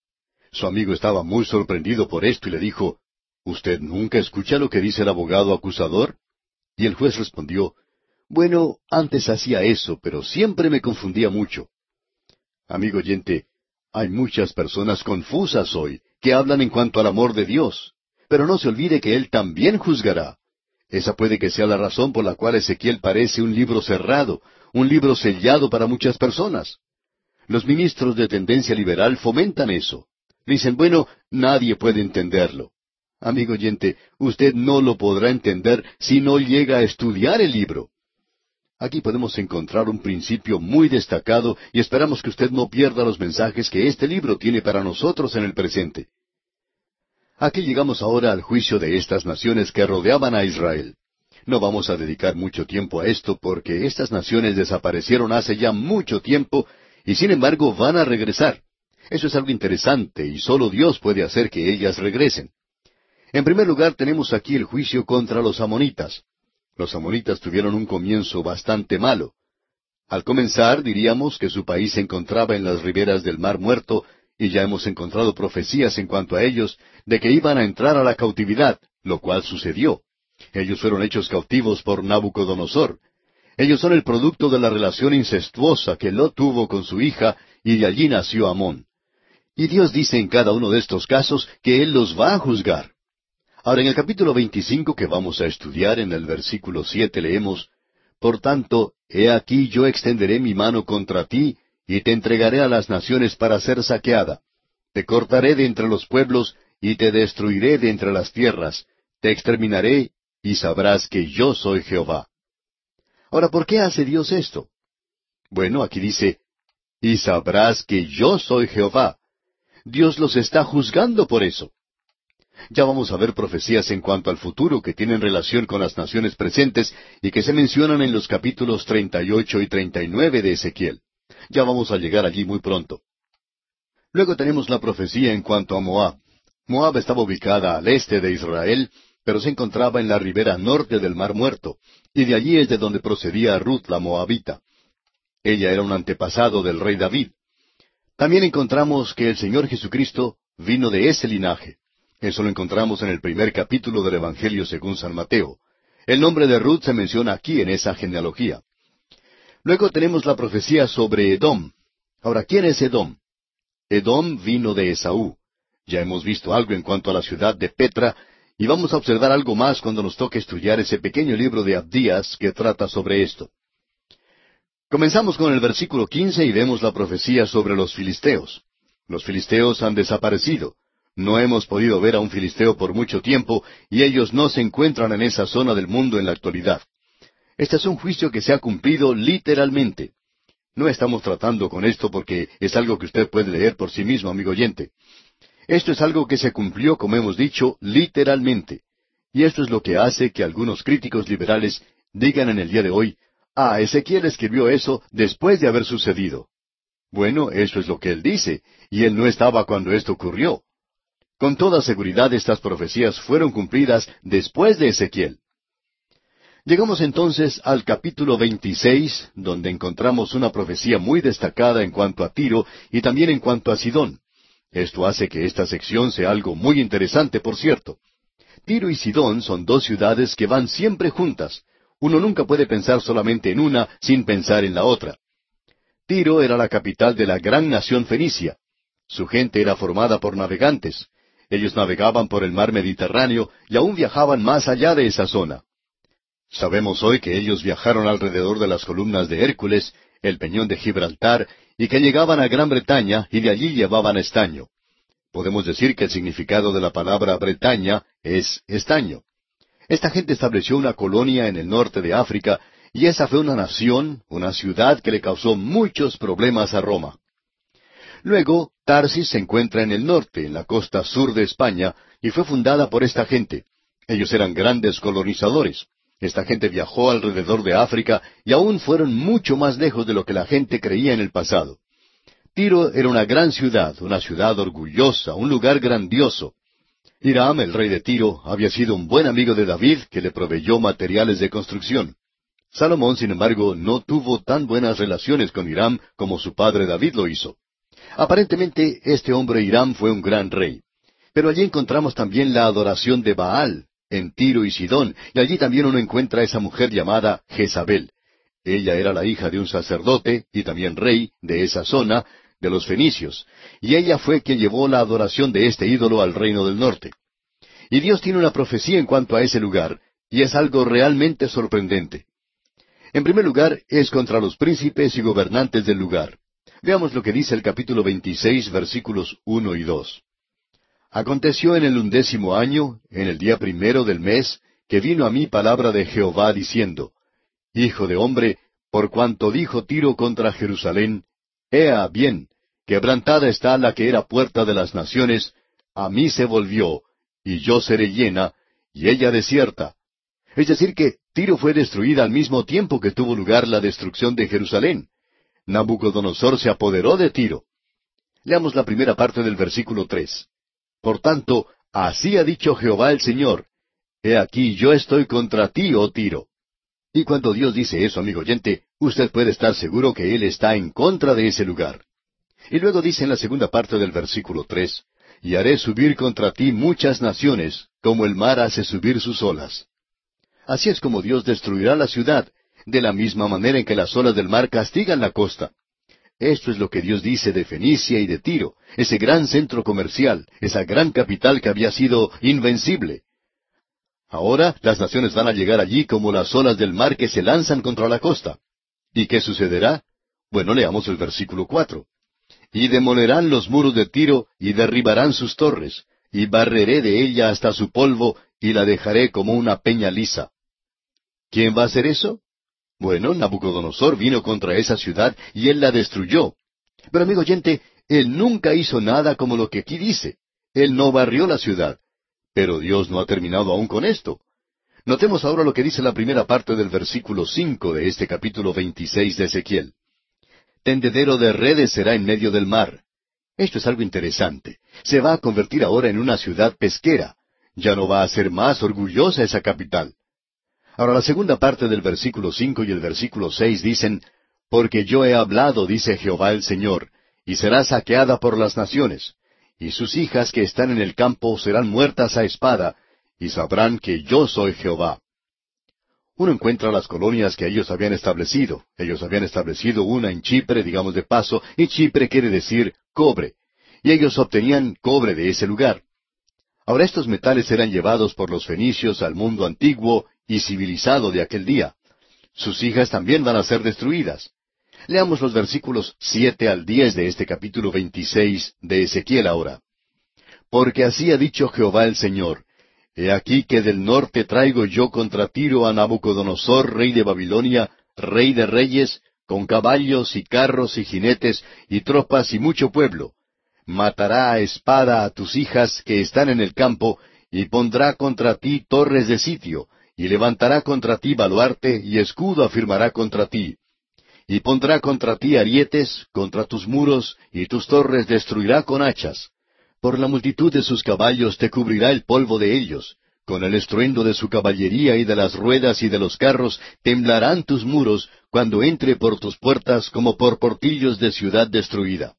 Su amigo estaba muy sorprendido por esto y le dijo, «¿Usted nunca escucha lo que dice el abogado acusador?» Y el juez respondió, «Bueno, antes hacía eso, pero siempre me confundía mucho». Amigo oyente, hay muchas personas confusas hoy, que hablan en cuanto al amor de Dios. Pero no se olvide que Él también juzgará. Esa puede que sea la razón por la cual Ezequiel parece un libro cerrado, un libro sellado para muchas personas. Los ministros de tendencia liberal fomentan eso. Dicen, bueno, nadie puede entenderlo. Amigo oyente, usted no lo podrá entender si no llega a estudiar el libro. Aquí podemos encontrar un principio muy destacado y esperamos que usted no pierda los mensajes que este libro tiene para nosotros en el presente. Aquí llegamos ahora al juicio de estas naciones que rodeaban a Israel. No vamos a dedicar mucho tiempo a esto porque estas naciones desaparecieron hace ya mucho tiempo y sin embargo van a regresar. Eso es algo interesante y solo Dios puede hacer que ellas regresen. En primer lugar tenemos aquí el juicio contra los amonitas. Los amonitas tuvieron un comienzo bastante malo. Al comenzar diríamos que su país se encontraba en las riberas del Mar Muerto, y ya hemos encontrado profecías en cuanto a ellos de que iban a entrar a la cautividad, lo cual sucedió. Ellos fueron hechos cautivos por Nabucodonosor. Ellos son el producto de la relación incestuosa que Lot tuvo con su hija, y de allí nació Amón. Y Dios dice en cada uno de estos casos que Él los va a juzgar. Ahora, en el capítulo 25 que vamos a estudiar, en el versículo 7 leemos, Por tanto, he aquí yo extenderé mi mano contra ti, y te entregaré a las naciones para ser saqueada. Te cortaré de entre los pueblos, y te destruiré de entre las tierras. Te exterminaré, y sabrás que yo soy Jehová. Ahora, ¿por qué hace Dios esto? Bueno, aquí dice, y sabrás que yo soy Jehová. Dios los está juzgando por eso. Ya vamos a ver profecías en cuanto al futuro que tienen relación con las naciones presentes y que se mencionan en los capítulos 38 y 39 de Ezequiel. Ya vamos a llegar allí muy pronto. Luego tenemos la profecía en cuanto a Moab. Moab estaba ubicada al este de Israel, pero se encontraba en la ribera norte del Mar Muerto, y de allí es de donde procedía Ruth la Moabita. Ella era un antepasado del rey David. También encontramos que el Señor Jesucristo vino de ese linaje. Eso lo encontramos en el primer capítulo del Evangelio según San Mateo. El nombre de Ruth se menciona aquí en esa genealogía. Luego tenemos la profecía sobre Edom. Ahora, ¿quién es Edom? Edom vino de Esaú. Ya hemos visto algo en cuanto a la ciudad de Petra, y vamos a observar algo más cuando nos toque estudiar ese pequeño libro de Abdías que trata sobre esto. Comenzamos con el versículo 15 y vemos la profecía sobre los filisteos. Los filisteos han desaparecido. No hemos podido ver a un filisteo por mucho tiempo, y ellos no se encuentran en esa zona del mundo en la actualidad. Este es un juicio que se ha cumplido literalmente. No estamos tratando con esto porque es algo que usted puede leer por sí mismo, amigo oyente. Esto es algo que se cumplió, como hemos dicho, literalmente. Y esto es lo que hace que algunos críticos liberales digan en el día de hoy, Ezequiel escribió eso después de haber sucedido. Bueno, eso es lo que él dice, y él no estaba cuando esto ocurrió. Con toda seguridad estas profecías fueron cumplidas después de Ezequiel. Llegamos entonces al capítulo 26, donde encontramos una profecía muy destacada en cuanto a Tiro y también en cuanto a Sidón. Esto hace que esta sección sea algo muy interesante, por cierto. Tiro y Sidón son dos ciudades que van siempre juntas. Uno nunca puede pensar solamente en una sin pensar en la otra. Tiro era la capital de la gran nación fenicia. Su gente era formada por navegantes. Ellos navegaban por el mar Mediterráneo y aún viajaban más allá de esa zona. Sabemos hoy que ellos viajaron alrededor de las columnas de Hércules, el peñón de Gibraltar, y que llegaban a Gran Bretaña y de allí llevaban estaño. Podemos decir que el significado de la palabra Bretaña es estaño. Esta gente estableció una colonia en el norte de África, y esa fue una nación, una ciudad que le causó muchos problemas a Roma. Luego, Tarsis se encuentra en el norte, en la costa sur de España, y fue fundada por esta gente. Ellos eran grandes colonizadores. Esta gente viajó alrededor de África y aún fueron mucho más lejos de lo que la gente creía en el pasado. Tiro era una gran ciudad, una ciudad orgullosa, un lugar grandioso. Hiram, el rey de Tiro, había sido un buen amigo de David que le proveyó materiales de construcción. Salomón, sin embargo, no tuvo tan buenas relaciones con Hiram como su padre David lo hizo. Aparentemente, este hombre Hiram fue un gran rey. Pero allí encontramos también la adoración de Baal, en Tiro y Sidón, y allí también uno encuentra a esa mujer llamada Jezabel. Ella era la hija de un sacerdote, y también rey, de esa zona, de los fenicios, y ella fue quien llevó la adoración de este ídolo al reino del norte. Y Dios tiene una profecía en cuanto a ese lugar, y es algo realmente sorprendente. En primer lugar, es contra los príncipes y gobernantes del lugar. Veamos lo que dice el capítulo 26, versículos 1 y 2. Aconteció en el 11º año, en el día primero del mes, que vino a mí palabra de Jehová diciendo, Hijo de hombre, por cuanto dijo Tiro contra Jerusalén, Ea bien, quebrantada está la que era puerta de las naciones, a mí se volvió, y yo seré llena, y ella desierta. Es decir que Tiro fue destruida al mismo tiempo que tuvo lugar la destrucción de Jerusalén. Nabucodonosor se apoderó de Tiro. Leamos la primera parte del versículo 3. Por tanto, así ha dicho Jehová el Señor, He aquí yo estoy contra ti, oh Tiro. Y cuando Dios dice eso, amigo oyente, usted puede estar seguro que Él está en contra de ese lugar. Y luego dice en la segunda parte del versículo 3, Y haré subir contra ti muchas naciones, como el mar hace subir sus olas. Así es como Dios destruirá la ciudad, de la misma manera en que las olas del mar castigan la costa. Esto es lo que Dios dice de Fenicia y de Tiro, ese gran centro comercial, esa gran capital que había sido invencible. Ahora las naciones van a llegar allí como las olas del mar que se lanzan contra la costa. ¿Y qué sucederá? Bueno, leamos el versículo 4. Y demolerán los muros de Tiro, y derribarán sus torres, y barreré de ella hasta su polvo, y la dejaré como una peña lisa. ¿Quién va a hacer eso? Bueno, Nabucodonosor vino contra esa ciudad, y él la destruyó. Pero amigo oyente, él nunca hizo nada como lo que aquí dice. Él no barrió la ciudad. Pero Dios no ha terminado aún con esto. Notemos ahora lo que dice la primera parte del versículo 5 de este capítulo 26 de Ezequiel. Tendedero de redes será en medio del mar. Esto es algo interesante. Se va a convertir ahora en una ciudad pesquera. Ya no va a ser más orgullosa esa capital. Ahora la segunda parte del versículo 5 y el versículo 6 dicen, Porque yo he hablado, dice Jehová el Señor, y será saqueada por las naciones, y sus hijas que están en el campo serán muertas a espada, y sabrán que yo soy Jehová. Uno encuentra las colonias que ellos habían establecido. Ellos habían establecido una en Chipre, digamos de paso, y Chipre quiere decir cobre. Y ellos obtenían cobre de ese lugar. Ahora estos metales eran llevados por los fenicios al mundo antiguo y civilizado de aquel día. Sus hijas también van a ser destruidas. Leamos los versículos 7 al 10 de este capítulo 26 de Ezequiel ahora. Porque así ha dicho Jehová el Señor, He aquí que del norte traigo yo contra Tiro a Nabucodonosor, rey de Babilonia, rey de reyes, con caballos y carros y jinetes y tropas y mucho pueblo. Matará a espada a tus hijas que están en el campo, y pondrá contra ti torres de sitio, y levantará contra ti baluarte, y escudo afirmará contra ti. Y pondrá contra ti arietes, contra tus muros, y tus torres destruirá con hachas. Por la multitud de sus caballos te cubrirá el polvo de ellos. Con el estruendo de su caballería y de las ruedas y de los carros temblarán tus muros cuando entre por tus puertas como por portillos de ciudad destruida.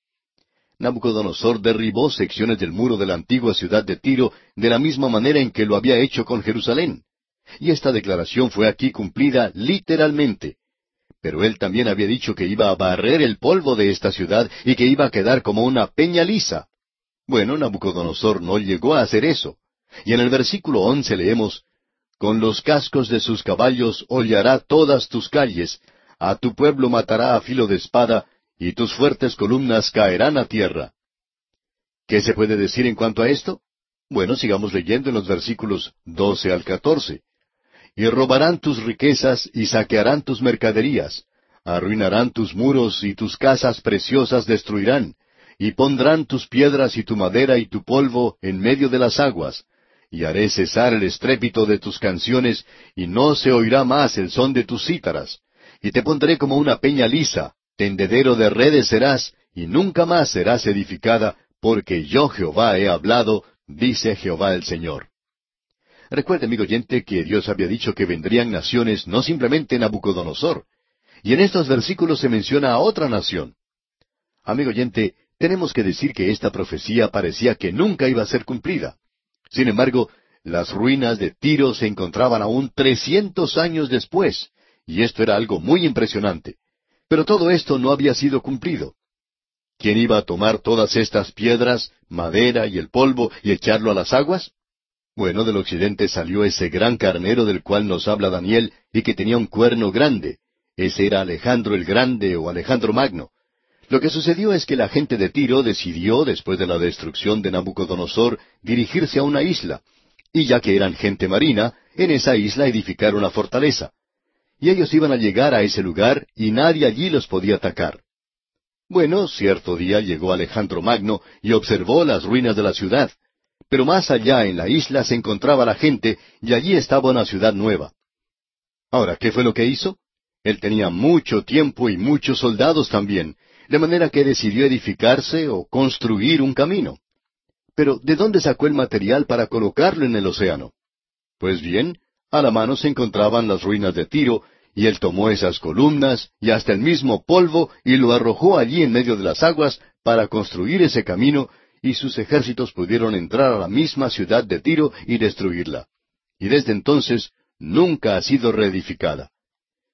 Nabucodonosor derribó secciones del muro de la antigua ciudad de Tiro de la misma manera en que lo había hecho con Jerusalén. Y esta declaración fue aquí cumplida literalmente. Pero él también había dicho que iba a barrer el polvo de esta ciudad y que iba a quedar como una peña lisa. Bueno, Nabucodonosor no llegó a hacer eso. Y en el versículo 11 leemos, Con los cascos de sus caballos hollará todas tus calles, a tu pueblo matará a filo de espada, y tus fuertes columnas caerán a tierra. ¿Qué se puede decir en cuanto a esto? Bueno, sigamos leyendo en los versículos 12 al 14. Y robarán tus riquezas y saquearán tus mercaderías, arruinarán tus muros y tus casas preciosas destruirán, y pondrán tus piedras y tu madera y tu polvo en medio de las aguas, y haré cesar el estrépito de tus canciones, y no se oirá más el son de tus cítaras, y te pondré como una peña lisa, tendedero de redes serás, y nunca más serás edificada, porque yo Jehová he hablado, dice Jehová el Señor. Recuerde, amigo oyente, que Dios había dicho que vendrían naciones, no simplemente Nabucodonosor, y en estos versículos se menciona a otra nación. Amigo oyente, tenemos que decir que esta profecía parecía que nunca iba a ser cumplida. Sin embargo, las ruinas de Tiro se encontraban aún 300 años después, y esto era algo muy impresionante. Pero todo esto no había sido cumplido. ¿Quién iba a tomar todas estas piedras, madera y el polvo y echarlo a las aguas? Bueno, del occidente salió ese gran carnero del cual nos habla Daniel y que tenía un cuerno grande. Ese era Alejandro el Grande o Alejandro Magno. Lo que sucedió es que la gente de Tiro decidió, después de la destrucción de Nabucodonosor, dirigirse a una isla, y ya que eran gente marina, en esa isla edificar una fortaleza. Y ellos iban a llegar a ese lugar y nadie allí los podía atacar. Bueno, cierto día llegó Alejandro Magno y observó las ruinas de la ciudad, pero más allá en la isla se encontraba la gente y allí estaba una ciudad nueva. Ahora, ¿qué fue lo que hizo? Él tenía mucho tiempo y muchos soldados también, de manera que decidió edificarse o construir un camino. Pero, ¿de dónde sacó el material para colocarlo en el océano? Pues bien, a la mano se encontraban las ruinas de Tiro, y él tomó esas columnas y hasta el mismo polvo y lo arrojó allí en medio de las aguas para construir ese camino, y sus ejércitos pudieron entrar a la misma ciudad de Tiro y destruirla. Y desde entonces nunca ha sido reedificada.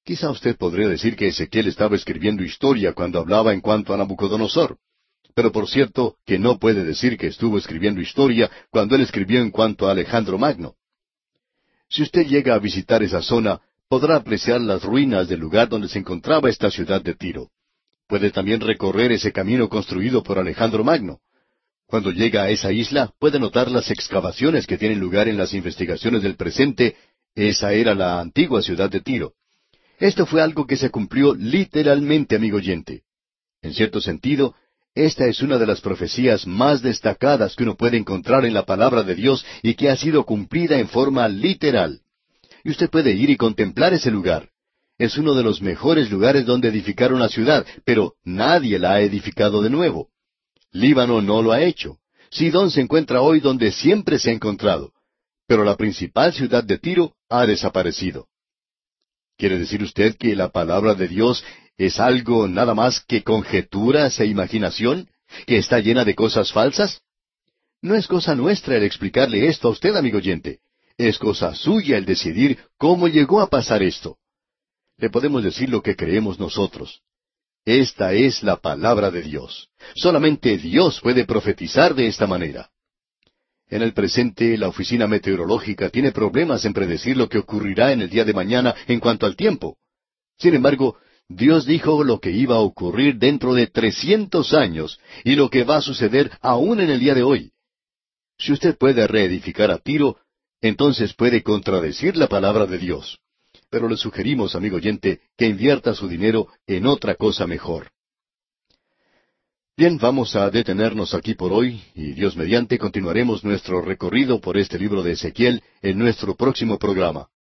Quizá usted podría decir que Ezequiel estaba escribiendo historia cuando hablaba en cuanto a Nabucodonosor. Pero por cierto que no puede decir que estuvo escribiendo historia cuando él escribió en cuanto a Alejandro Magno. Si usted llega a visitar esa zona, podrá apreciar las ruinas del lugar donde se encontraba esta ciudad de Tiro. Puede también recorrer ese camino construido por Alejandro Magno. Cuando llega a esa isla, puede notar las excavaciones que tienen lugar en las investigaciones del presente. Esa era la antigua ciudad de Tiro. Esto fue algo que se cumplió literalmente, amigo oyente. En cierto sentido, esta es una de las profecías más destacadas que uno puede encontrar en la palabra de Dios y que ha sido cumplida en forma literal. Y usted puede ir y contemplar ese lugar. Es uno de los mejores lugares donde edificar una ciudad, pero nadie la ha edificado de nuevo. Líbano no lo ha hecho. Sidón se encuentra hoy donde siempre se ha encontrado. Pero la principal ciudad de Tiro ha desaparecido. ¿Quiere decir usted que la palabra de Dios es algo nada más que conjeturas e imaginación, que está llena de cosas falsas? No es cosa nuestra el explicarle esto a usted, amigo oyente. Es cosa suya el decidir cómo llegó a pasar esto. Le podemos decir lo que creemos nosotros. Esta es la palabra de Dios. Solamente Dios puede profetizar de esta manera. En el presente, la oficina meteorológica tiene problemas en predecir lo que ocurrirá en el día de mañana en cuanto al tiempo. Sin embargo, Dios dijo lo que iba a ocurrir dentro de 300 años y lo que va a suceder aún en el día de hoy. Si usted puede reedificar a Tiro, entonces puede contradecir la palabra de Dios. Pero le sugerimos, amigo oyente, que invierta su dinero en otra cosa mejor. Bien, vamos a detenernos aquí por hoy, y Dios mediante continuaremos nuestro recorrido por este libro de Ezequiel en nuestro próximo programa.